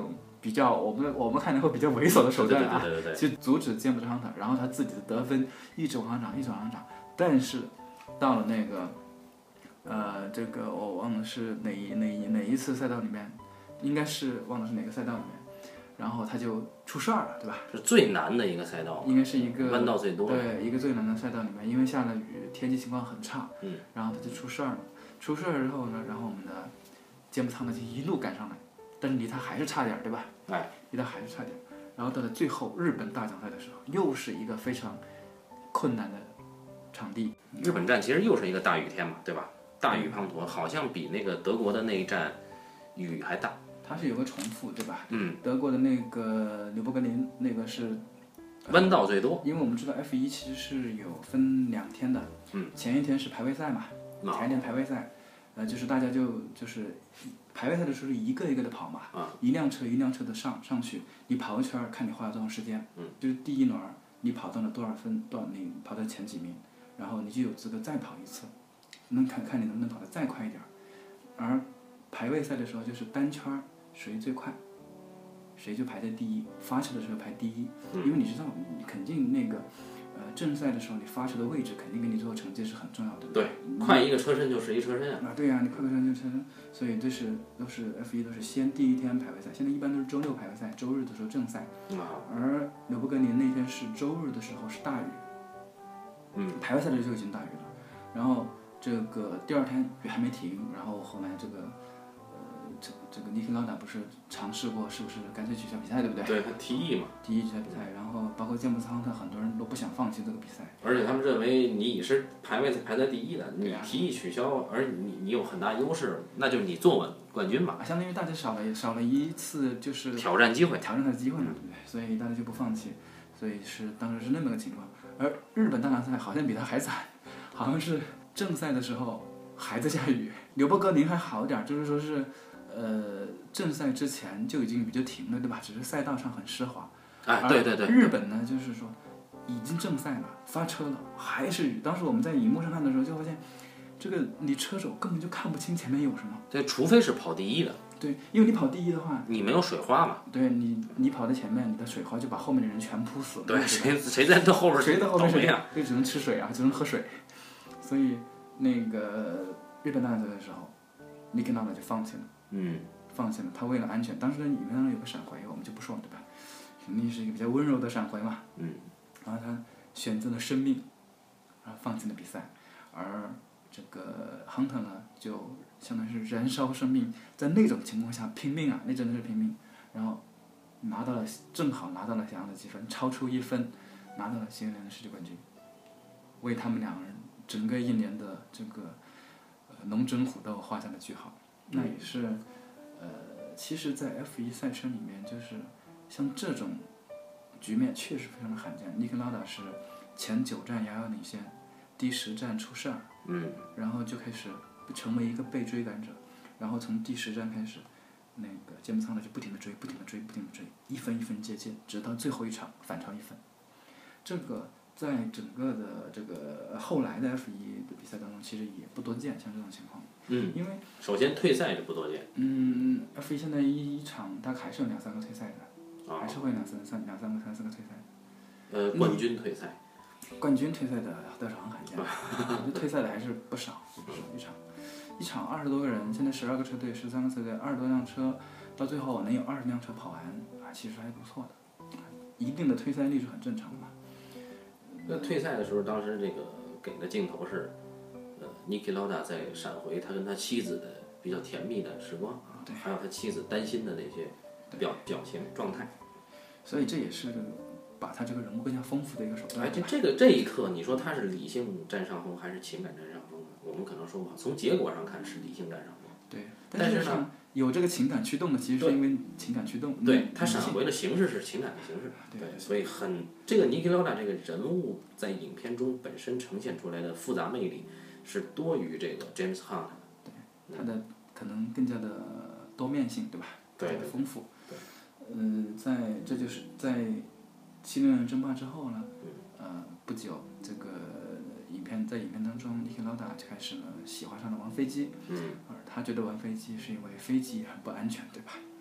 B: 比较我们我们看来会比较猥琐的手段啊，
A: 对对对对对
B: 去阻止詹姆斯·亨特，然后他自己的得分一直往上涨，一直往上涨。但是到了那个呃，这个我忘了是哪一哪一哪一次赛道里面，应该是忘了是哪个赛道里面，然后他就出事儿了，对吧？
A: 是最难的一个赛道，
B: 应该是一个
A: 弯道最多，
B: 对，一个最难的赛道里面，因为下了雨，天气情况很差，
A: 嗯，
B: 然后他就出事儿了。出事儿之后呢，然后我们的詹姆斯汤呢就一路赶上来，但是离他还是差点儿，对吧？
A: 哎，
B: 离他还是差点儿。然后到了最后日本大奖赛的时候，又是一个非常困难的场地。
A: 日本站其实又是一个大雨天嘛，对吧？大雨滂沱，好像比那个德国的那一站雨还大。
B: 它是有个重复，对吧？
A: 嗯。
B: 德国的那个纽博格林那个是
A: 弯道最多，
B: 因为我们知道 F 一其实是有分两天的，
A: 嗯，
B: 前一天是排位赛嘛，前一天排位赛，呃，就是大家就就是排位赛的时候是一个一个的跑嘛，
A: 啊，
B: 一辆车一辆车的上上去，你跑一圈儿看你花了多长时间，
A: 嗯，
B: 就是第一轮你跑到了多少分，多少你跑到前几名，然后你就有资格再跑一次，能看看你能不能跑得再快一点儿，而排位赛的时候就是单圈儿谁最快。谁就排在第一，发车的时候排第一，因为你知道，你肯定那个，呃，正赛的时候你发车的位置肯定跟你最后成绩是很重要的。
A: 对，快一个车身就是一车身
B: 啊。啊，对呀、啊，你快个车身就车身，所以这是都是 F 一都是先第一天排位赛，现在一般都是周六排位赛，周日的时候正赛。
A: 啊。
B: 而纽博格林那天是周日的时候是大雨，
A: 嗯，
B: 排位赛的时候就已经大雨了，然后这个第二天雨还没停，然后后来这个。这这个尼克劳达不是尝试过，是不是干脆取消比赛，对不对？
A: 对，他提议嘛。
B: 提议取消比赛，然后包括詹姆斯亨特，很多人都不想放弃这个比赛。
A: 而且他们认为你已是排位排在第一的，你提议取消，而你你有很大优势，那就你坐稳冠军嘛。
B: 相当于大家少了少了一次就是
A: 挑战机会，
B: 挑战的机会嘛，对不对？所以大家就不放弃，所以是当时是那么个情况。而日本大奖赛好像比他还惨，好像是正赛的时候还在下雨。纽博格林还好点，就是说是。呃，正赛之前就已经雨就停了，对吧？只是赛道上很湿滑。
A: 哎，对对对。
B: 日本呢，就是说已经正赛了，发车了，还是雨。当时我们在荧幕上看的时候，就发现这个你车手根本就看不清前面有什么。
A: 对，除非是跑第一的。
B: 对，因为你跑第一的话，
A: 你没有水花嘛。
B: 对你，你跑在前面，你的水花就把后面的人全扑死了。
A: 对，谁谁在这后边，
B: 谁在后面谁
A: 呀？
B: 就只能吃水啊，只能喝水。所以那个日本大奖赛的时候，尼克劳达就放弃了。
A: 嗯，
B: 放弃了。他为了安全，当时里面当中有个闪回，我们就不说了，对吧？肯定是一个比较温柔的闪回嘛。
A: 嗯。
B: 然后他选择了生命，然后放弃了比赛，而这个亨特呢，就相当于是燃烧生命，在那种情况下拼命啊，那真的是拼命，然后拿到了正好拿到了想要的积分，超出一分，拿到了新西兰的世界冠军，为他们两人整个一年的这个呃龙争虎斗画下了句号。那也是，呃，其实，在 F 一 赛车里面，就是像这种局面确实非常的罕见。尼克劳达是前九站遥遥领先，第十站出事儿，
A: 嗯，
B: 然后就开始成为一个被追赶者，然后从第十站开始，那个詹姆斯·亨特就不停的追，不停的追，不停的追，一分一分接近，直到最后一场反超一分。这个在整个的这个后来的 F 一 的比赛当中，其实也不多见，像这种情况。
A: 嗯，
B: 因为
A: 首先退赛就不多见。
B: 嗯 ，F 一 现在一场大概还是有两三个退赛的，
A: 哦、
B: 还是会两三三两三个三四个退赛。
A: 呃，冠军退赛。
B: 冠军退赛的倒是很罕见，我觉得退赛的还是不少，就是一场一场二十多个人，现在十二个车队，十三个车队，二十多辆车，到最后能有二十辆车跑完啊，其实还不错的，一定的退赛率是很正常的嘛。
A: 那退赛的时候，当时这个给的镜头是。呃，尼基劳达在闪回他跟他妻子的比较甜蜜的时光啊，还有他妻子担心的那些表表情状态，
B: 所以这也是把他这个人物更加丰富的一个手段。
A: 哎，这这个这一刻，你说他是理性占上风还是情感占上风呢？我们可能说不好，从结果上看是理性占上风。
B: 对，
A: 但是呢，
B: 有这个情感驱动的，其实是因为情感驱动。
A: 对，他闪回的形式是情感的形式。
B: 对，
A: 对，所以很这个尼基劳达这个人物在影片中本身呈现出来的复杂魅力。是多于这个 James Hunt 的，
B: 对，他的可能更加的多面性，对吧？
A: 对，
B: 更加的丰富。
A: 对，
B: 嗯、呃，在这就是在七六年争霸之后呢，
A: 嗯、
B: 呃，不久这个影片在影片当中，尼克劳达就开始了喜欢上了玩飞机，
A: 嗯，
B: 而他觉得玩飞机是因为飞机很不安全，对吧？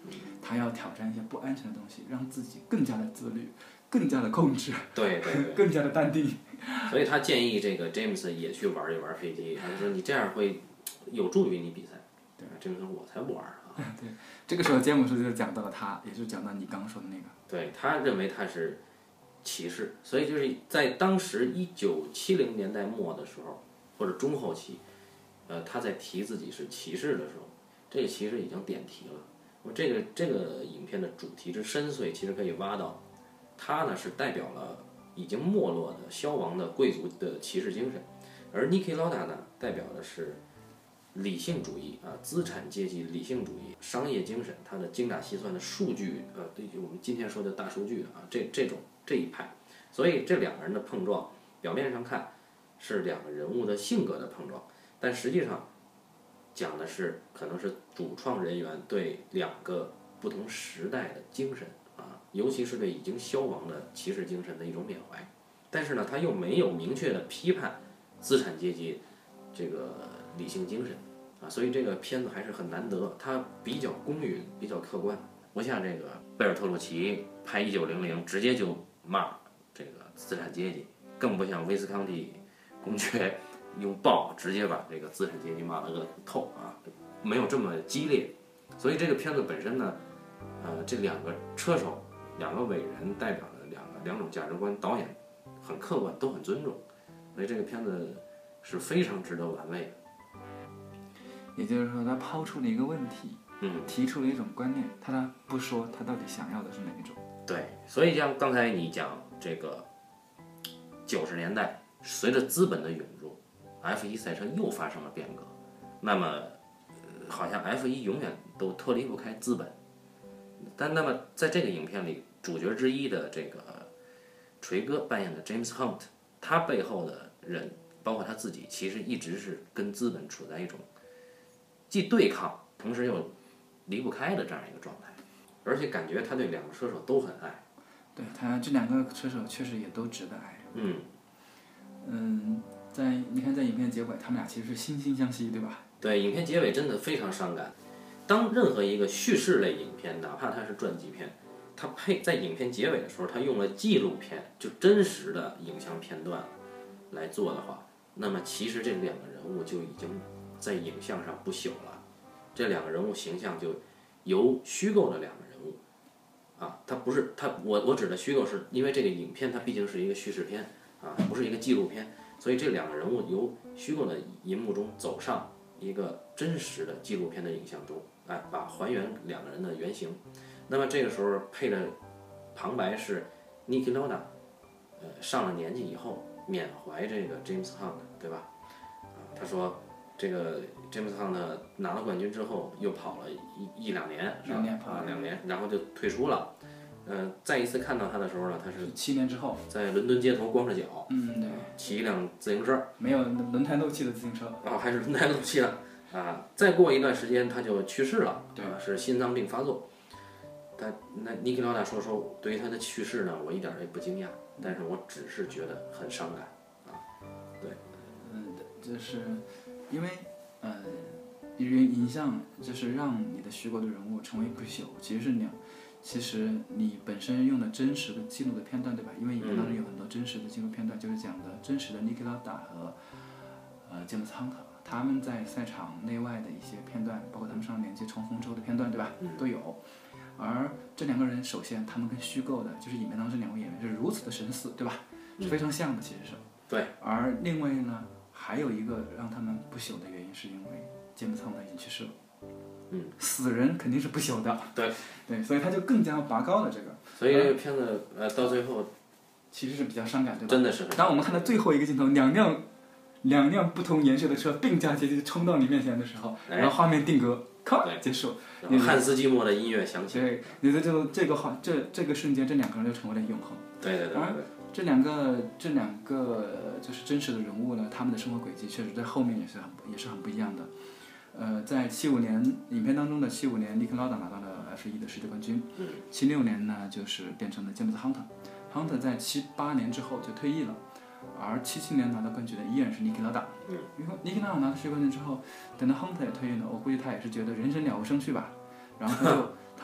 B: 他要挑战一些不安全的东西，让自己更加的自律，更加的控制，
A: 对对对，
B: 更加的淡定。
A: 所以他建议这个 James 也去玩一玩飞机，他说你这样会有助于你比赛。对，James 说我才不玩啊。
B: 对，这个时候詹姆斯就讲到了他，也就是讲到你刚刚说的那个。
A: 对，他认为他是骑士，所以就是在当时一九七零年代末的时候，或者中后期，呃，他在提自己是骑士的时候，这个其实已经点题了。我这个这个影片的主题之深邃，其实可以挖到，他呢是代表了已经没落的消亡的贵族的骑士精神，而 Niki Lauda 呢代表的是理性主义啊，资产阶级理性主义、商业精神，它的精打细算的数据，呃，对于我们今天说的大数据啊，这这种这一派，所以这两个人的碰撞，表面上看是两个人物的性格的碰撞，但实际上讲的是可能是主创人员对两个不同时代的精神啊，尤其是对已经消亡的骑士精神的一种缅怀，但是呢，他又没有明确的批判资产阶级这个理性精神。啊，所以这个片子还是很难得，它比较公允，比较客观，不像这个贝尔特鲁奇拍一九零零直接就骂这个资产阶级，更不像威斯康蒂公爵用爆直接把这个资产阶级骂了个透啊，没有这么激烈。所以这个片子本身呢，呃，这两个车手，两个伟人代表了两个两种价值观，导演很客观，都很尊重，所以这个片子是非常值得玩味的。
B: 也就是说，他抛出了一个问题，
A: 嗯，
B: 提出了一种观念，他不说他到底想要的是哪一种。
A: 对，所以像刚才你讲这个九十年代，随着资本的涌入 ，F 一 赛车又发生了变革。那么，呃、好像 F 一 永远都脱离不开资本。但那么在这个影片里，主角之一的这个锤哥扮演的 James Hunt， 他背后的人，包括他自己，其实一直是跟资本处在一种既对抗，同时又离不开的这样一个状态，而且感觉他对两个车手都很爱。
B: 对他这两个车手确实也都值得爱。
A: 嗯
B: 嗯，在你看在影片结尾，他们俩其实是惺惺相惜，对吧？
A: 对，影片结尾真的非常伤感。当任何一个叙事类影片，哪怕它是传记片，它配在影片结尾的时候，它用了纪录片，就真实的影像片段来做的话，那么其实这两个人物就已经在影像上不朽了。这两个人物形象就由虚构的两个人物啊，它不是它我我指的虚构是因为这个影片它毕竟是一个叙事片啊，它不是一个纪录片，所以这两个人物由虚构的银幕中走上一个真实的纪录片的影像中，哎，把还原两个人的原型。那么这个时候配的旁白是 Niki Lauda， 呃，上了年纪以后缅怀这个 James Hunt， 对吧？啊，他说这个 James Hunt 拿了冠军之后又跑了一一两年，是吧？
B: 两年跑了
A: 啊，两年，然后就退出了。呃，再一次看到他的时候呢，他是
B: 七年之后，
A: 在伦敦街头光着脚，
B: 嗯，对，
A: 骑一辆自行车，
B: 没有轮胎漏气的自行车，
A: 啊，还是轮胎漏气了啊！再过一段时间他就去世了，
B: 对，
A: 啊，是心脏病发作。他那 Niki Lauda 说说，对于他的去世呢，我一点也不惊讶，但是我只是觉得很伤感啊。对，
B: 嗯，就是因为呃，影影像就是让你的虚构的人物成为不朽，其实是你，其实你本身用的真实的记录的片段，对吧？因为影片当中有很多真实的记录片段，就是讲的真实的 Niki Lauda 和呃詹姆斯亨特他们在赛场内外的一些片段，包括他们上连接冲锋之后的片段，对吧？都有。而这两个人，首先他们跟虚构的，就是影片当中这两位演员是如此的神似，对吧？是非常像的，其实是。
A: 对。
B: 而另外呢，还有一个让他们不朽的原因，是因为詹姆斯亨特已经去世了。
A: 嗯。
B: 死人肯定是不朽的。
A: 对。
B: 对，所以他就更加拔高了这个。
A: 所以这个片子呃到最后，
B: 其实是比较伤感，对吧？
A: 真的是。
B: 当我们看到最后一个镜头，两辆两辆不同颜色的车并驾齐驱冲到你面前的时候，
A: 哎、
B: 然后画面定格，咔，结束。
A: 汉斯季默的音乐响起。
B: 对，你的就这个话，这这个瞬间，这两个人就成为了永恒。
A: 对对对对。
B: 而这两个这两个就是真实的人物呢，他们的生活轨迹确实在后面也是很也是很不一样的。呃，在七五年影片当中的七五年，Niki Lauda拿到了 F 一 的世界冠军。
A: 嗯。
B: 七六年呢，就是变成了詹姆斯·亨特。亨特在七八年之后就退役了。而七七年拿到冠军的依然是 Niki Lauda。
A: 嗯。
B: 因为 Niki Lauda 拿到世界冠军之后，等到亨特也退役了，我估计他也是觉得人生了无生趣吧，然后他就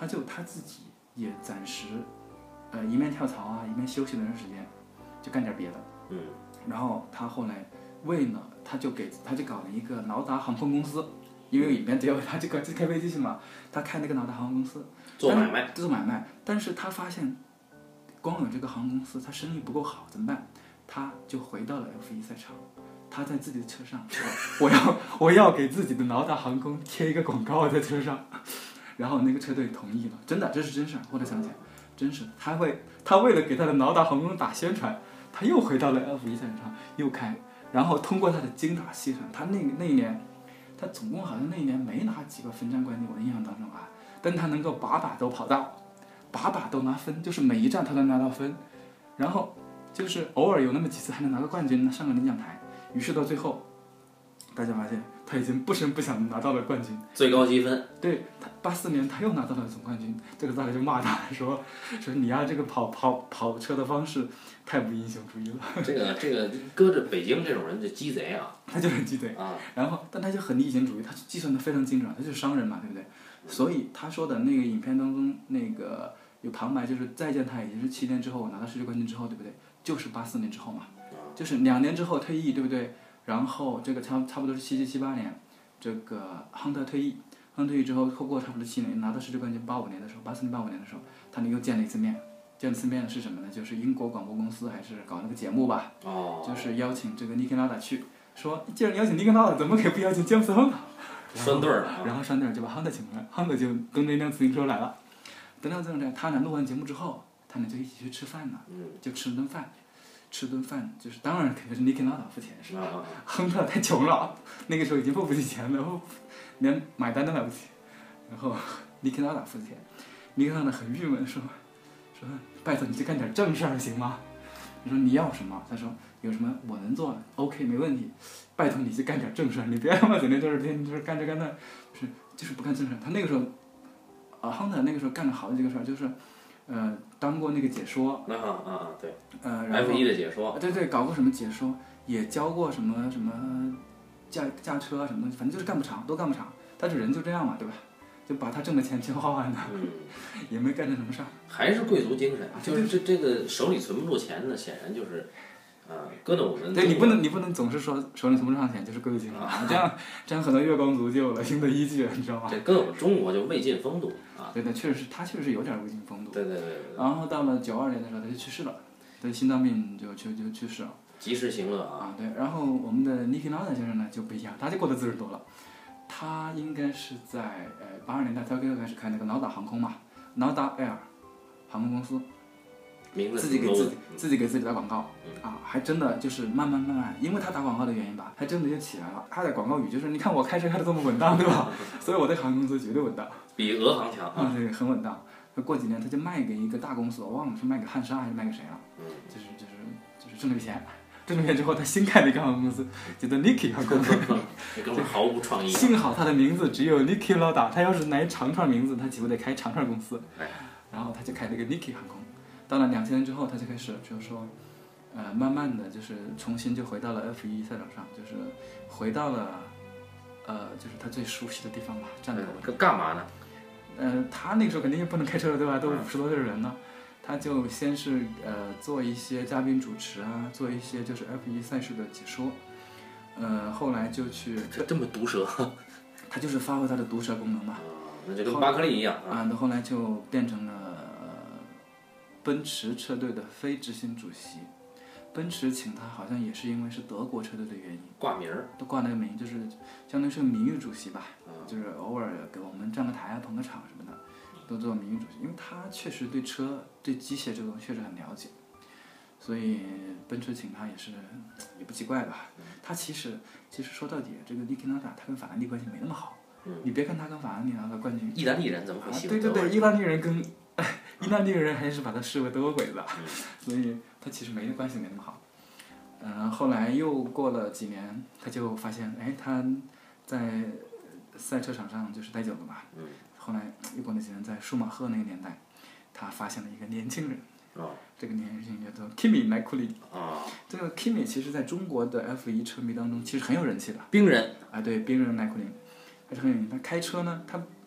B: 他就他自己也暂时，呃，一面跳槽啊，一面休息了段时间，就干点别的。
A: 嗯。
B: 然后他后来为了，他就给他就搞了一个劳达航空公司，因为影片只有他这个就开飞机去嘛，他开那个劳达航空公司
A: 做买卖，
B: 做买卖。但是他发现，光有这个航空公司，他生意不够好，怎么办？他就回到了 F 一 赛场。他在自己的车上说：“我要我要给自己的劳达航空贴一个广告在车上。”然后那个车队同意了，真的，这是真事。后来想起来，真是他会他为了给他的劳达航空打宣传，他又回到了 F 一 赛场又开，然后通过他的精打细算，他那那一年，他总共好像那一年没拿几个分站冠军，我的印象当中啊，但他能够把把都跑到，把把都拿分，就是每一站他都拿到分，然后就是偶尔有那么几次还能拿个冠军，上个领奖台。于是到最后，大家发现他已经不声不响拿到了冠军，
A: 最高积分。
B: 对他八四年他又拿到了总冠军，这个大家就骂他说说你呀、啊、这个跑跑跑车的方式太不英雄主义了。
A: 这个这个搁着北京这种人就鸡贼啊，
B: 他就很鸡贼啊。然后但他就很逆行主义，他计算的非常精准，他就是商人嘛，对不对？所以他说的那个影片当中那个有旁白，就是再见他已经是七年之后拿到世界冠军之后，对不对？就是八四年之后嘛。就是两年之后退役，对不对？然后这个差差不多是七七七八年，这个亨特退役，亨特退役之后，后过差不多七年，拿到世界冠军。八五年的时候，八四年八五年的时候，他们又见了一次面。见了一次面是什么呢？就是英国广播公司还是搞那个节目吧，
A: 哦，
B: 就是邀请这个尼克拉达去，说既然邀请尼克拉达，怎么可以不邀请詹姆斯亨特？
A: 拴对儿了。
B: 然后拴对儿就把亨特请过来，亨特就蹬着一辆自行车来了。等到这种他俩录完节目之后，他们就一起去吃饭呢，就吃了顿饭。吃顿饭就是当然肯定是尼克拉达付钱是吧？
A: 啊、
B: 亨特太穷了，那个时候已经付不起钱了，连买单都买不起。然后尼克拉达付钱，尼克拉达很郁闷说说拜托你去干点正事儿行吗？他说你要什么？他说有什么我能做 ，OK 没问题。拜托你去干点正事儿，你别他妈整天就是天天就是干这干那，就是就是不干正事儿。他那个时候，啊亨特那个时候干了好几个事儿，就是。呃，当过那个解说，
A: 啊啊啊，对，
B: 呃
A: ，F 一的解说，
B: 对对，搞过什么解说，也教过什么什么驾驾车啊什么东西，反正就是干不长，都干不长。他这人就这样嘛，对吧？就把他挣的钱全花完了，
A: 嗯，
B: 也没干成什么事儿。
A: 还是贵族精神，就是这这个手里存不住钱的，显然就是，啊，搁到我们
B: 对你不能你不能总是说手里存不上钱就是贵族精神啊，这样这样很多月光族就有了新的依据，你知道吗？
A: 这搁我们中国就魏晋风度啊。
B: 对对，确实是他确实是有点魏晋风度。
A: 对对对对。
B: 然后到了九二年的时候他就去世了，他心脏病就就就去世了。
A: 及时行乐啊。
B: 啊对，然后我们的尼克拉达先生呢就不一样，他就过得自由多了。他应该是在呃八十年代，他刚开始开那个劳达航空嘛，劳达 Air 航空公司，自己给自己自己给自己打广告，啊，还真的就是慢慢慢慢，因为他打广告的原因吧，还真的就起来了。他的广告语就是你看我开车开的这么稳当，对吧？所以我对航空公司绝对稳当，
A: 比俄航强
B: 啊，对，很稳当。过几年他就卖给一个大公司，我忘了是卖给汉莎还是卖给谁了，就是就是就是挣了笔钱。挣了钱之后，他新开了一个航空公司，叫做 Niki 航空。
A: 这哥们毫无创意。
B: 幸好他的名字只有 Niki Lauda， 他要是来长串名字，他岂不得开长串公司？然后他就开了一个 Niki 航空。到了两千年之后，他就开始就是说，呃，慢慢的就是重新就回到了 F 一 赛场上，就是回到了，呃，就是他最熟悉的地方吧，战斗。
A: 干干嘛呢？
B: 呃，他那个时候肯定也不能开车了，对吧？都五十多岁的人了。他就先是呃做一些嘉宾主持啊，做一些就是 F 一 赛事的解说，呃，后来就去
A: 这这么毒舌，
B: 他就是发挥他的毒舌功能嘛。
A: 那就跟巴克利一样
B: 啊。那后来就变成了、呃、奔驰车队的非执行主席。奔驰请他好像也是因为是德国车队的原因，
A: 挂名儿，
B: 都挂那个名，就是相当于是个名誉主席吧，就是偶尔给我们站个台啊、捧个场什么的。都做名誉主席，因为他确实对车、对机械这个东西确实很了解，所以奔驰请他也是也不奇怪吧。他其实其实说到底，这个尼基拉达他跟法拉利关系没那么好。
A: 嗯、
B: 你别看他跟法拉利拿到冠军，
A: 意大利人怎么会喜欢、
B: 啊？对对对，意大利人跟意大利人还是把他视为德国鬼子，嗯、所以他其实没关系没那么好。嗯、呃，后来又过了几年，他就发现，哎，他在赛车场上就是待久了嘛。
A: 嗯。
B: 后来又过了几年，在舒马赫那个年代，他发现了一个年轻人，
A: 哦、
B: 这个年轻人叫做 Kimi 莱库里。
A: 哦、
B: 这个 Kimi 其实在中国的 F 一 车迷当中其实很有人气的。
A: 冰人
B: 啊，对，冰人莱库林，还是很有名。他开车呢，他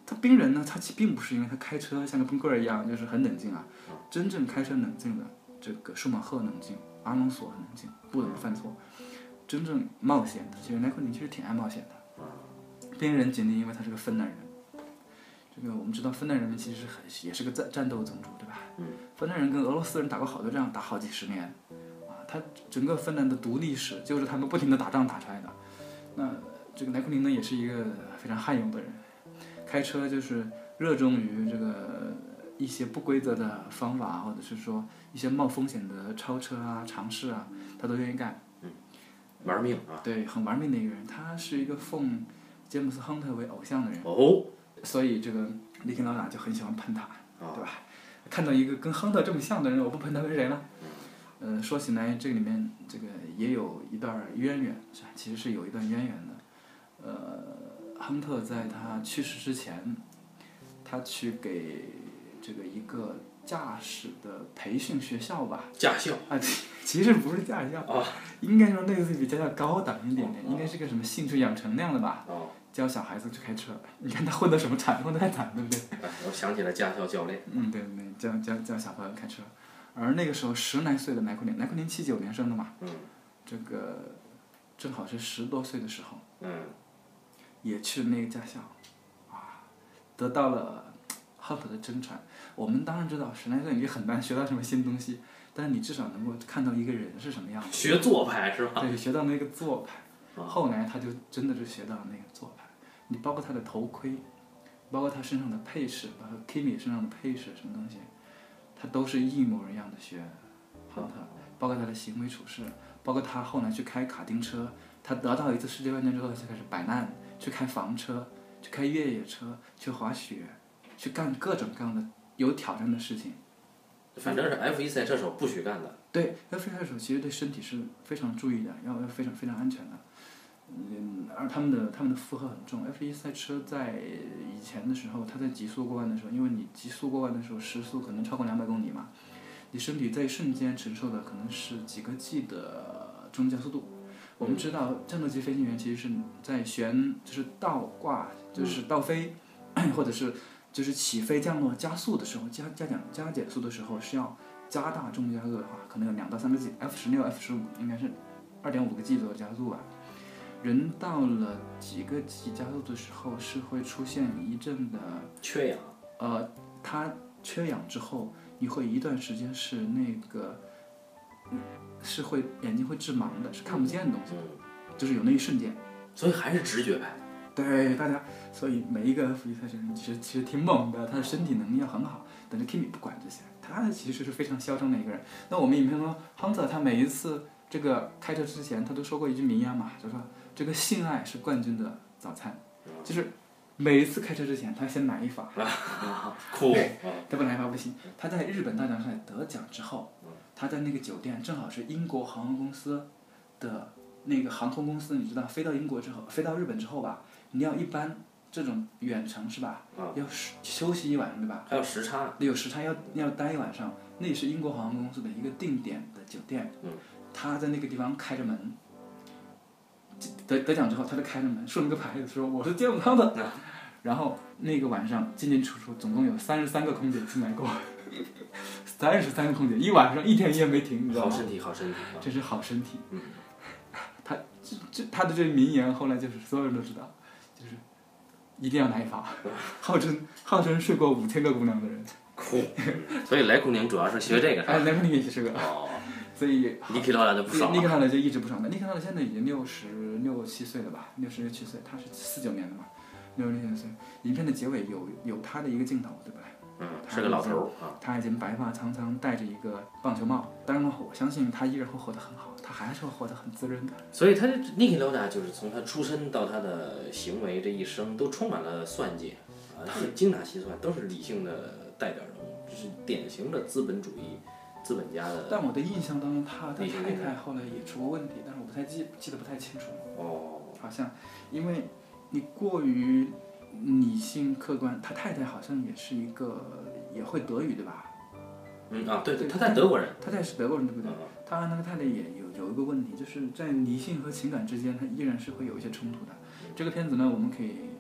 B: 他冰人呢，他其并不是因为他开车像个冰棍儿一样，就是很冷静啊。真正开车冷静的，这个舒马赫冷静，阿隆索很冷静，不怎么犯错。真正冒险的，其实莱库宁其实挺爱冒险的。冰人仅仅因为他是个芬兰人。这个我们知道，芬兰人们其实很也是个战战斗种族，对吧？
A: 嗯。
B: 芬兰人跟俄罗斯人打过好多仗，打好几十年，啊，他整个芬兰的独立史就是他们不停的打仗打出来的。那这个莱库宁呢，也是一个非常悍勇的人，开车就是热衷于这个一些不规则的方法，或者是说一些冒风险的超车啊、尝试啊，他都愿意干。
A: 嗯，玩命啊！
B: 对，很玩命的一个人。他是一个奉詹姆斯·亨特为偶像的人。
A: 哦。
B: 所以这个尼克劳达就很喜欢喷他，对吧？看到一个跟亨特这么像的人，我不喷他跟谁呢？呃，说起来这里面这个也有一段渊源，其实是有一段渊源的。呃，亨特在他去世之前，他去给这个一个驾驶的培训学校吧，
A: 驾校
B: 啊，其实不是驾校
A: 啊，
B: 应该说类似于比驾校高档一点点，应该是个什么兴趣养成那样的吧。
A: 哦。
B: 教小孩子去开车，你看他混得什么惨，混得太惨，对不对？
A: 哎，我想起了驾校教练。
B: 嗯，对对，教教教小朋友开车，而那个时候十来岁的莱库宁，莱库宁七九年生的嘛，
A: 嗯，
B: 这个正好是十多岁的时候，
A: 嗯，
B: 也去了那个驾校，啊，得到了亨特的真传。我们当然知道十来岁也很难学到什么新东西，但是你至少能够看到一个人是什么样的。
A: 学做派是吧？
B: 对，学到那个做派。后来他就真的是学到那个做派，你包括他的头盔，包括他身上的配饰，包括 Kimi 身上的配饰什么东西，他都是一模一样的学亨特，包括他的行为处事，包括他后来去开卡丁车，他得到一次世界冠军之后就开始摆烂，去开房车，去开越野车，去滑雪，去干各种各样的有挑战的事情。
A: 反正是 F 一 赛车手不许干的。
B: 对 ，F 一 赛车手其实对身体是非常注意的，要要非常非常安全的。嗯，而他们的他们的负荷很重。F 一 赛车在以前的时候，它在极速过弯的时候，因为你极速过弯的时候时速可能超过两百公里嘛，你身体在一瞬间承受的可能是几个 G 的中加速度。我们知道战斗机飞行员其实是在旋就是倒挂就是倒飞，嗯、或者是就是起飞降落加速的时候加加减加减速的时候是要加大中加速的话，可能有两到三个 G，F 十六、F 十五应该是二点五个 G 左右加速吧。人到了几个 G 加速的时候，是会出现一阵的
A: 缺氧。
B: 呃，它缺氧之后，你会一段时间是那个，嗯，是会眼睛会致盲的，是看不见的东西，
A: 嗯，
B: 就是有那一瞬间。
A: 所以还是直觉派。
B: 对大家，所以每一个 F 一 赛车人其实其实挺猛的，他的身体能力要很好。但是 Kimi 不管这些，他其实是非常嚣张的一个人。那我们影片中 Hunter 他每一次这个开车之前，他都说过一句名言嘛，就说这个性爱是冠军的早餐，就是每一次开车之前，他先来一发。
A: 酷。
B: 他不来一发不行。他在日本大奖赛得奖之后，他在那个酒店正好是英国航空公司的那个航空公司，你知道飞到英国之后，飞到日本之后吧，你要一般这种远程是吧？
A: 啊、
B: 要休息一晚上对吧？
A: 还有时差。
B: 有时差要要待一晚上，那是英国航空公司的一个定点的酒店。
A: 嗯。
B: 他在那个地方开着门，得得奖之后，他就开着门，竖了个牌子说我是健康的。
A: 啊、
B: 然后那个晚上进进出出总共有三十三个空姐进来过，三十三个空姐，一晚上一天一夜没停，你知道吗？
A: 好身体，好身体。啊、
B: 这是好身体。
A: 嗯。
B: 他这这他的这名言后来就是所有人都知道，就是一定要来一发，号称号称睡过五千个姑娘的人。
A: 酷。所以莱库宁主要是学这个是吧？
B: 哎，莱库宁也是个。
A: 哦。
B: 所以
A: 尼克劳达就不少了。
B: 尼克劳达就一直不爽的。尼克劳达现在已经六十六七岁了吧？六十六七岁，他是四九年的嘛，六十六岁。影片的结尾有有他的一个镜头，对不对？
A: 嗯，是个老头啊。
B: 他已经白发苍苍，戴着一个棒球帽。当然了，我相信他依然会活得很好，他还是会活得很滋润的。
A: 所以他尼克劳达就是从他出身到他的行为这一生都充满了算计啊，精打细算，都是理性的代表人物，这是典型的资本主义。资本家的，
B: 但我的印象当中，他的太太后来也出过问题，但是我不太记记得不太清楚。
A: 哦，
B: 好像因为你过于理性客观，他太太好像也是一个也会德语对吧？
A: 嗯啊，对对，他在德国人，
B: 他太太是德国人对不对？
A: 嗯、
B: 他那个太太也有有一个问题，就是在理性和情感之间，他依然是会有一些冲突的。这个片子呢，我们可以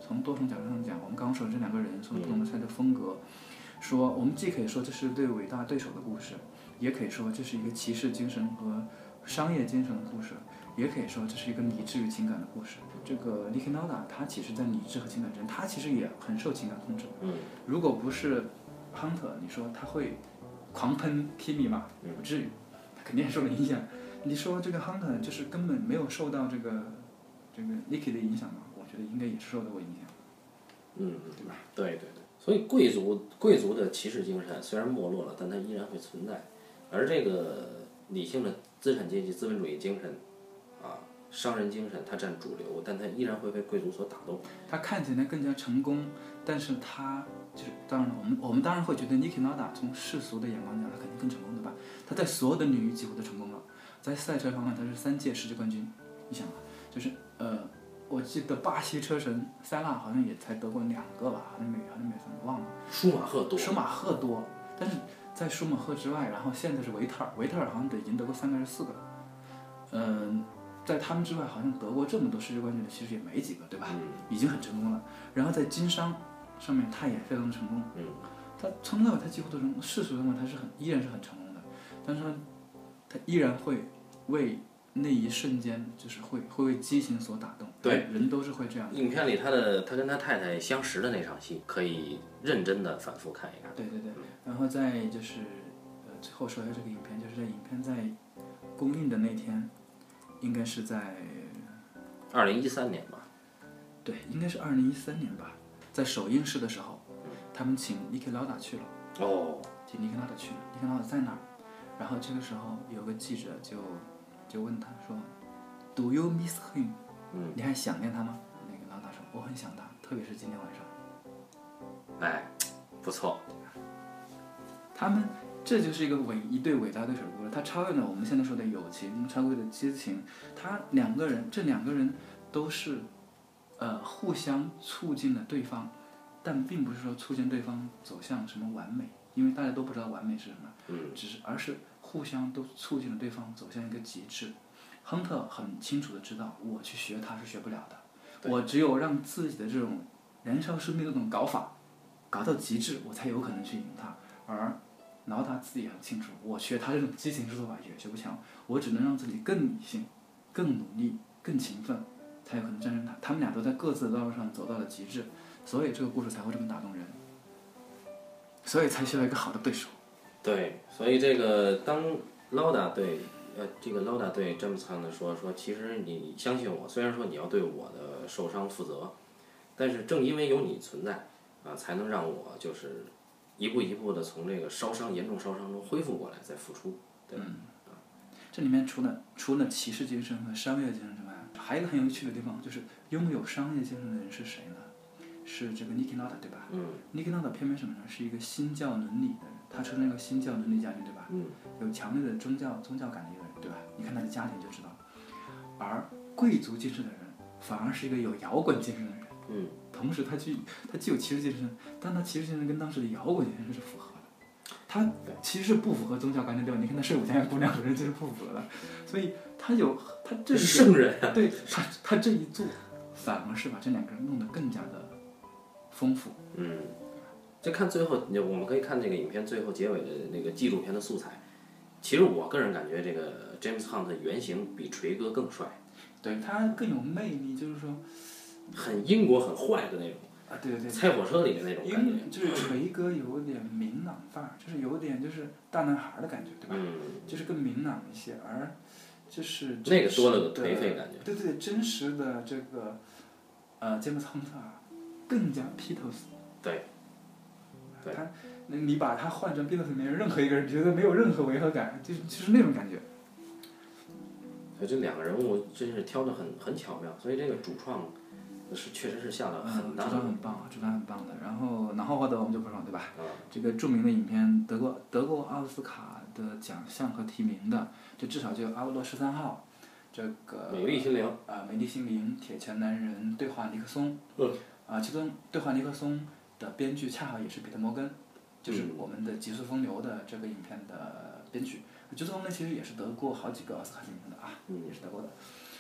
B: 从多重角度上讲，我们刚刚说的这两个人从不同的赛车风格，说我们既可以说这是对伟大对手的故事，也可以说这是一个骑士精神和商业精神的故事，也可以说这是一个理智与情感的故事。这个 Niki Lauda 他其实在理智和情感之间，他其实也很受情感控制。
A: 嗯，
B: 如果不是 Hunter， 你说他会狂喷 Kimi 吗？不至于，他肯定受了影响。你说这个 Hunter 就是根本没有受到这个这个 Niki 的影响吗？我觉得应该也是受到过影响。
A: 嗯，
B: 对吧？
A: 对对对。所以贵族贵族的骑士精神虽然没落了，但它依然会存在。而这个理性的资产阶级资本主义精神，啊，商人精神，它占主流，但它依然会被贵族所打动。
B: 他看起来更加成功，但是他就是当然了，我们我们当然会觉得 Niki Lauda 从世俗的眼光讲，他肯定更成功，对吧？他在所有的领域几乎都成功了。在赛车方面，他是三届世界冠军。你想啊，就是呃，我记得巴西车神塞纳好像也才得过两个吧，好像没好像没三个，忘了。
A: 舒马赫多。
B: 舒马赫多，但是在舒马赫之外，然后现在是维特尔，维特尔好像已经得过三个还是四个。嗯、呃，在他们之外，好像得过这么多世界冠军的其实也没几个，对吧？已经很成功了。然后在经商上面，他也非常的成功。
A: 嗯，
B: 他从头到尾他几乎都成功，世俗认为他是很依然是很成功的，但是他他依然会为那一瞬间就是会会为激情所打动。
A: 对，
B: 人都是会这样的。
A: 影片里他的他跟他太太相识的那场戏，可以认真的反复看一看。
B: 对对对，然后再就是呃最后说一下这个影片，就是这影片在公映的那天，应该是在
A: 二零一三年吧。
B: 对，应该是二零一三年吧，在首映式的时候，他们请 Niki Lauda 去了。
A: 哦，
B: 请 Niki Lauda 去了 ，Niki Lauda 在哪儿？然后这个时候有个记者就就问他说 ，Do you miss him？
A: 嗯，
B: 你还想念他吗？那个老大说我很想他，特别是今天晚上。
A: 哎，不错。
B: 他们这就是一个伟一对伟大对手的故事，他超越了我们现在说的友情，超越了激情。他两个人，这两个人都是，呃，互相促进了对方，但并不是说促进对方走向什么完美，因为大家都不知道完美是什么，
A: 嗯，
B: 只是而是互相都促进了对方走向一个极致。亨特很清楚的知道，我去学他是学不了的，我只有让自己的这种燃烧生命的这种搞法搞到极致，我才有可能去赢他。而劳达自己很清楚，我学他这种激情之做法也学不强，我只能让自己更理性、更努力、更勤奋，才有可能战胜他。他们俩都在各自的道路上走到了极致，所以这个故事才会这么打动人，所以才需要一个好的对手。
A: 对，所以这个当劳达对呃这个劳达对詹姆斯汉特说说，其实你相信我，虽然说你要对我的受伤负责，但是正因为有你存在啊，才能让我就是一步一步的从这个烧伤严重烧伤中恢复过来，再复出，对吧？
B: 嗯，这里面除了除了骑士精神和商业精神之外，还有一个很有趣的地方，就是拥有商业精神的人是谁呢？是这个 Niki Lauda 对吧？
A: 嗯。
B: Niki Lauda 偏偏什么呢？是一个新教伦理的人，他是那个新教伦理家庭对吧？
A: 嗯。
B: 有强烈的宗教宗教感的一个人对吧？你看他的家庭就知道。而贵族精神的人，反而是一个有摇滚精神的人。
A: 嗯。
B: 同时他具他既有骑士精神，但他骑士精神跟当时的摇滚精神是符合的。他其实是不符合宗教观念对吧？你看他睡午觉姑娘人就是不符合的，所以他有他这
A: 是圣人啊。
B: 对他他这一做，反而是把这两个人弄得更加的丰富。
A: 嗯，就看最后，我们可以看这个影片最后结尾的那个纪录片的素材。其实我个人感觉，这个 James Hunt 的原型比锤哥更帅。
B: 对他更有魅力，就是说，
A: 很英国、很坏的那种。
B: 啊，对对对。
A: 拆火车里面那种感觉。
B: 就是锤哥有点明朗范儿，就是有点就是大男孩的感觉，对吧？
A: 嗯。
B: 就是更明朗一些，而就是
A: 那个多了个颓废感觉。
B: 对对对，真实的这个呃詹姆斯亨特更加 Beatles。
A: 对。对。
B: 他，你把他换成 Beatles 里面任何一个人，觉得没有任何违和感，就是就是那种感觉。
A: 所以这两个人物真是挑得很很巧妙，所以这个主创是确实是下了很大的。
B: 主创很棒，主创很棒的。然后然后获得我们就不说了，对吧？
A: 嗯。
B: 这个著名的影片得过得过奥斯卡的奖项和提名的，就至少就《阿波罗十三号》，这个。
A: 美丽心灵。
B: 啊，美丽心灵，铁拳男人，对话尼克松。
A: 嗯。
B: 啊，其中对话尼克松的编剧恰好也是彼得摩根，就是我们的《极速风流》的这个影片的编剧。《极速风流》其实也是得过好几个奥斯卡提名的啊，也是得过的。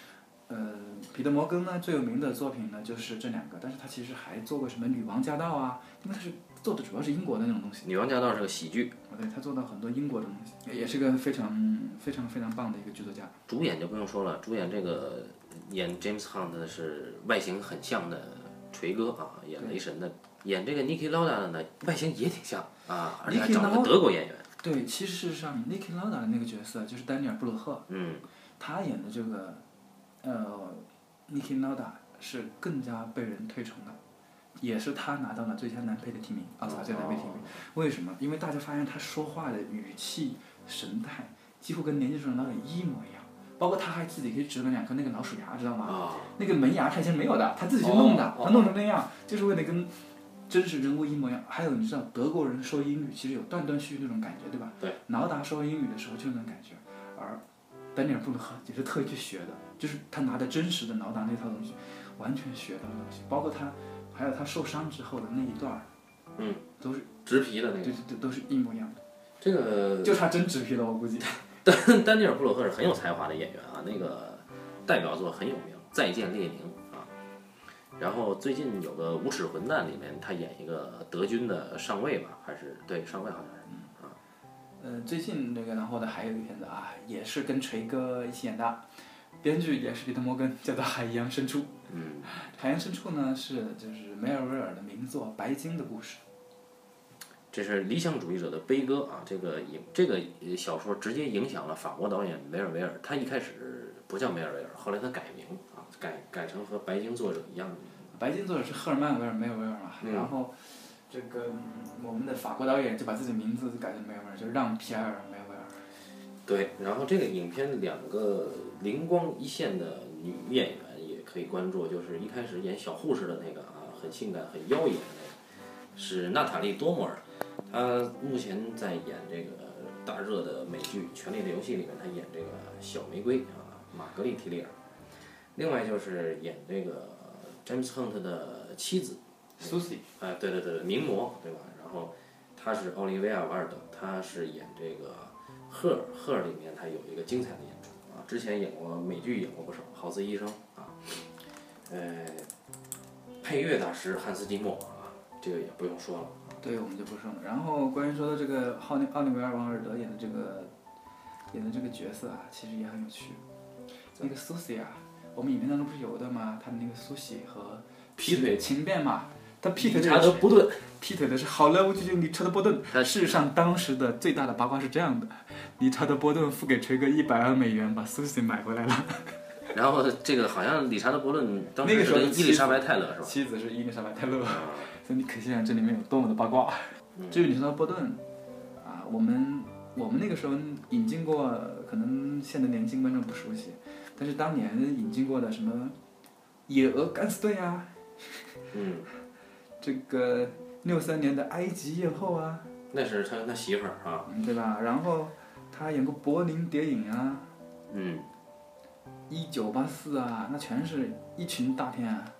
B: 呃，彼得摩根呢最有名的作品呢就是这两个，但是他其实还做过什么《女王驾到》啊，因为他是做的主要是英国的那种东西。
A: 女王驾到是个喜剧。
B: 对，他做到很多英国的东西，也是个非常非常非常棒的一个剧作家。
A: 主演就不用说了，主演这个演 James Hunt 的是外形很像的锤哥啊，演雷神的，演这个 Niki Lauda 的呢，外形也挺像啊，而且还找了个德国演员。
B: 对，其实事实上 Niki Lauda 的那个角色就是丹尼尔布鲁赫，
A: 嗯，
B: 他演的这个呃 Niki Lauda 是更加被人推崇的。也是他拿到了最佳男配的提名，奥斯卡最佳男配提名。为什么？因为大家发现他说话的语气、神态几乎跟年轻时候的导演一模一样，包括他还自己可以植了两颗那个老鼠牙，知道吗？
A: 哦、
B: 那个门牙他以前没有的，他自己去弄的，
A: 哦哦、
B: 他弄成那样，就是为了跟真实人物一模一样。还有你知道德国人说英语其实有断断续续那种感觉，对吧？
A: 对。
B: 劳达说英语的时候就那种感觉，而丹尼尔布鲁赫也是特意去学的，就是他拿的真实的劳达那套东西，完全学到的东西，包括他。还有他受伤之后的那一段，
A: 嗯，
B: 都是
A: 植皮的那个，
B: 对对对，都是一模一样的。
A: 这个
B: 就差真植皮了，我估计。
A: 丹丹尼尔·布鲁赫是很有才华的演员啊，那个代表作很有名，《再见列宁》啊。然后最近有个《无耻混蛋》里面，他演一个德军的上尉吧，还是对上尉好像是、
B: 嗯、
A: 啊。
B: 呃，最近那个然后呢还有一个片子啊，也是跟锤哥一起演的。编剧也是彼得摩根，叫做《海洋深处》。
A: 嗯，
B: 《海洋深处》呢是就是梅尔维尔的名作《白鲸的故事》。
A: 这是理想主义者的悲歌啊！这个影这个小说直接影响了法国导演梅尔维尔。他一开始不叫梅尔维尔，后来他改名啊，改改成和白鲸作者一样的名字。
B: 白鲸作者是赫尔曼·维尔梅尔维尔嘛、嗯，然后这个我们的法国导演就把自己名字改成梅尔维尔，就让皮埃尔·梅尔维尔。
A: 对，然后这个影片两个灵光一现的女演员也可以关注，就是一开始演小护士的那个啊，很性感、很妖艳的那个，是娜塔莉·多摩尔。她目前在演这个大热的美剧《权力的游戏》里面，她演这个小玫瑰啊，玛格丽·提利尔。另外就是演这个詹姆斯·亨特的妻子
B: 苏西，
A: 哎、呃，对对对，名模对吧？然后她是奥利维亚·瓦尔德，她是演这个。赫尔赫尔里面他有一个精彩的演出啊，之前演过美剧演过不少，《豪斯医生》啊，呃，配乐大师汉斯季默啊，这个也不用说了。
B: 对，我们就不说了。然后关于说的这个奥利奥利维尔·王尔德演的这个演的这个角色啊，其实也很有趣。那个苏西啊，我们影片当中不是有的吗？他的那个苏西和
A: 劈腿
B: 情变嘛。他劈腿的
A: 查德波顿，
B: 劈腿的是好莱坞巨星理查德波顿。事实上，当时的最大的八卦是这样的：理查德波顿付给锤哥一百万美元把苏西买回来了。
A: 然后这个好像理查德波顿当时是跟伊丽莎白泰勒是吧？
B: 妻子是伊丽莎白泰勒，所以你可想这里面有多么的八卦。至于理查德波顿啊，我们我们那个时候引进过，可能现在年轻观众不熟悉，但是当年引进过的什么野鹅敢死队啊，
A: 嗯。
B: 这个六三年的埃及艳后啊，
A: 那是他跟他媳妇儿啊，
B: 对吧？然后他演过柏林谍影啊，
A: 嗯，
B: 一九八四啊，那全是一群大片啊。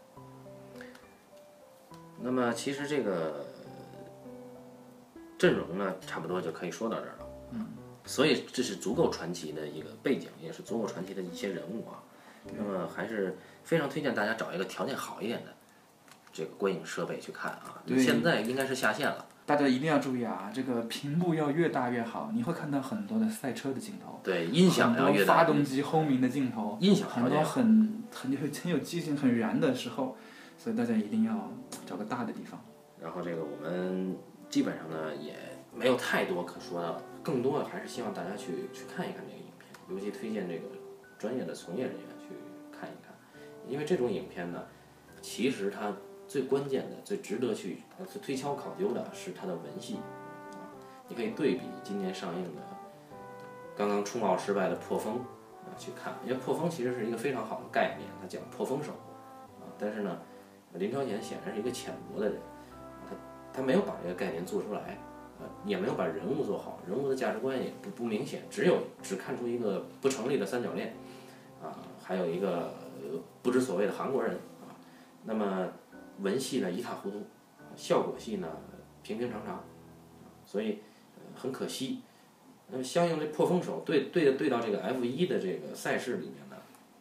A: 那么其实这个阵容呢，差不多就可以说到这儿了。
B: 嗯，
A: 所以这是足够传奇的一个背景，也是足够传奇的一些人物啊。那么还是非常推荐大家找一个条件好一点的这个观影设备去看啊，现在应该是下线了。
B: 大家一定要注意啊，这个屏幕要越大越好，你会看到很多的赛车的镜头，
A: 对，音响要越大，
B: 很多发动机轰鸣的镜头，
A: 音响
B: 很多很很有很有激情、很燃的时候，所以大家一定要找个大的地方。
A: 然后这个我们基本上呢也没有太多可说的，更多的还是希望大家去去看一看这个影片，尤其推荐这个专业的从业人员去看一看，因为这种影片呢，其实它最关键的、最值得去推敲考究的是它的文戏啊。你可以对比今年上映的刚刚冲奥失败的《破风》啊去看，因为《破风》其实是一个非常好的概念，它讲破风手啊，但是呢，林超贤显然是一个浅薄的人，他他没有把这个概念做出来，啊，也没有把人物做好，人物的价值观也不不明显，只有只看出一个不成立的三角恋啊，还有一个不知所谓的韩国人啊，那么。文戏呢一塌糊涂，效果戏呢平平常常，所以、呃、很可惜。那么相应这破风手对对对到这个 F 一 的这个赛事里面呢，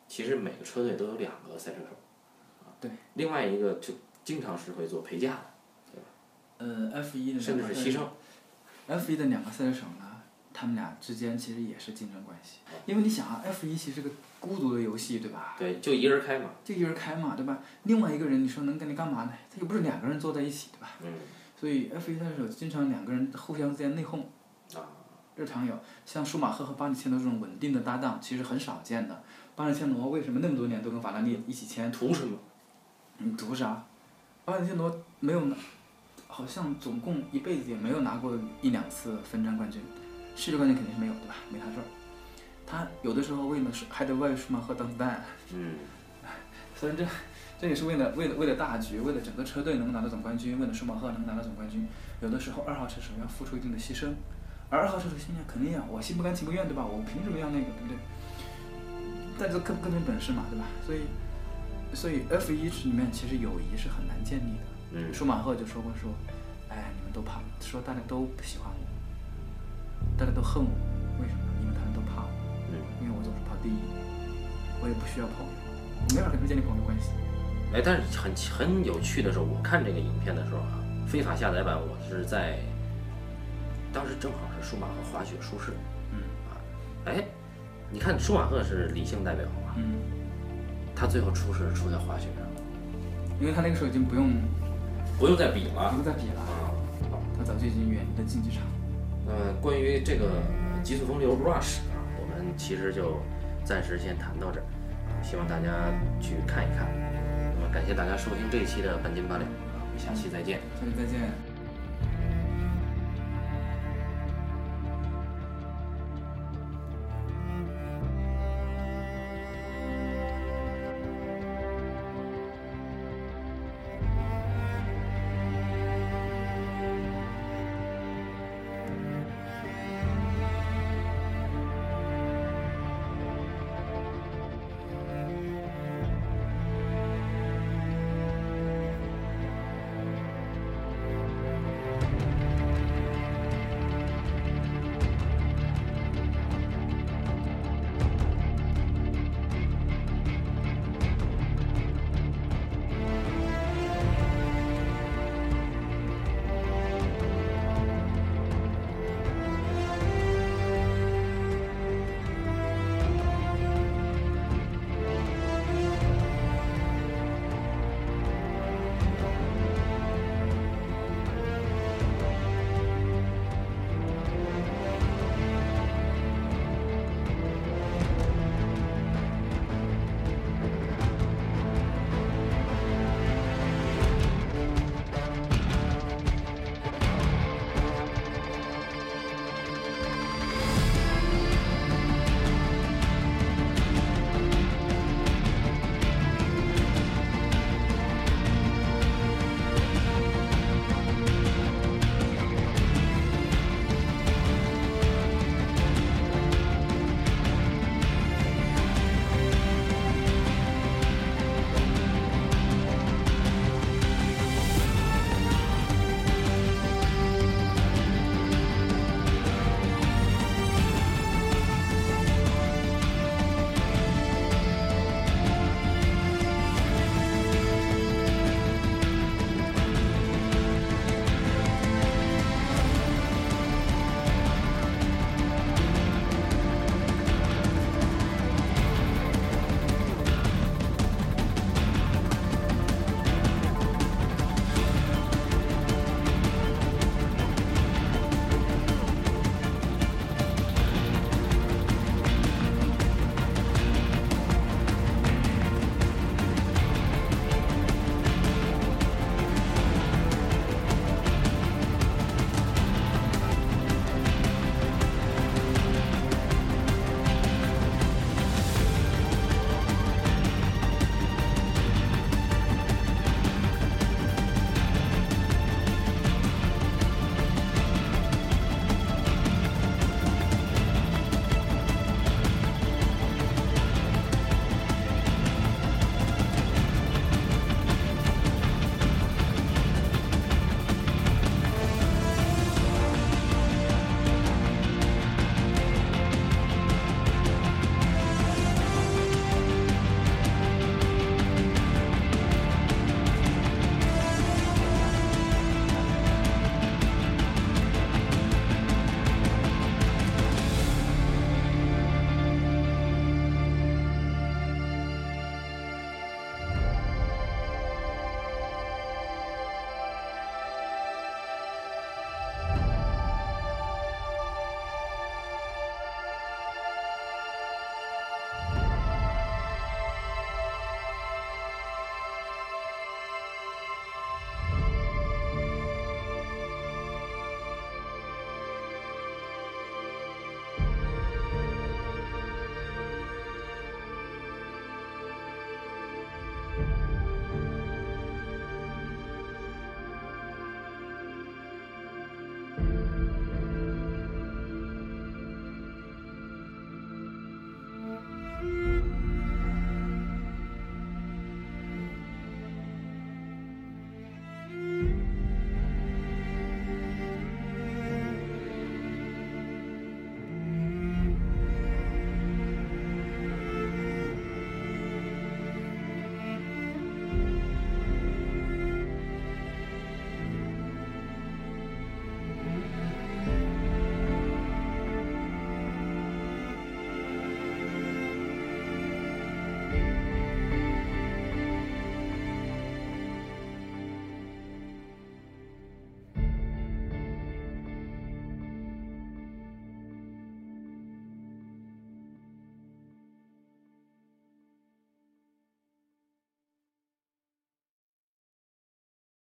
A: 其实每个车队都有两个赛车手，啊，
B: 对，
A: 另外一个就经常是会做陪驾的，对吧？
B: 呃 F 一 的
A: 甚至是牺牲。
B: F 一 的两个赛车手呢，他们俩之间其实也是竞争关系，因为你想啊 ，F 一 其实是个孤独的游戏，对吧？
A: 对，就一人开嘛。
B: 就一人开嘛，对吧？另外一个人，你说能跟你干嘛呢？他又不是两个人坐在一起，对吧？
A: 嗯。
B: 所以 F 一 赛车手经常两个人互相之间内讧。
A: 啊。
B: 日常有，像舒马赫和巴里切罗这种稳定的搭档，其实很少见的。巴里切罗为什么那么多年都跟法拉利一起签？
A: 图什么？
B: 你图啥？巴里切罗没有拿，好像总共一辈子也没有拿过一两次分站冠军，世界冠军肯定是没有，对吧？没他事儿。他有的时候为了还得为舒马赫当子弹。
A: 嗯。
B: 所以这这也是为了为了为了大局，为了整个车队能拿到总冠军，为了舒马赫能拿到总冠军，有的时候二号车手要付出一定的牺牲。而二号车手心里肯定呀，我心不甘情不愿，对吧？我凭什么要那个，对不对？大家都更更凭本事嘛，对吧？所以，所以 F 一 里面其实友谊是很难建立的。
A: 嗯。
B: 舒马赫就说过说，哎，你们都怕，说大家都不喜欢我，大家都恨我，为什么？因为他们都怕我。
A: 嗯。
B: 因为我总是跑第一，我也不需要朋友，我没法跟他们建立朋友关系。
A: 哎，但是很很有趣的是，我看这个影片的时候啊，非法下载版我是在。当时正好是舒马赫滑雪舒适，
B: 嗯
A: 啊，哎，你看舒马赫是理性代表嘛，
B: 嗯，
A: 他最后出事出在滑雪上，
B: 因为他那个时候已经不用
A: 不用再比了，
B: 不用再比了
A: 啊，
B: 他早就已经远离了竞技场。
A: 呃，关于这个极速风流 Rush 啊，我们其实就暂时先谈到这儿，啊，希望大家去看一看。那么感谢大家收听这一期的半斤八两，啊，我们下期再见。
B: 下期再见。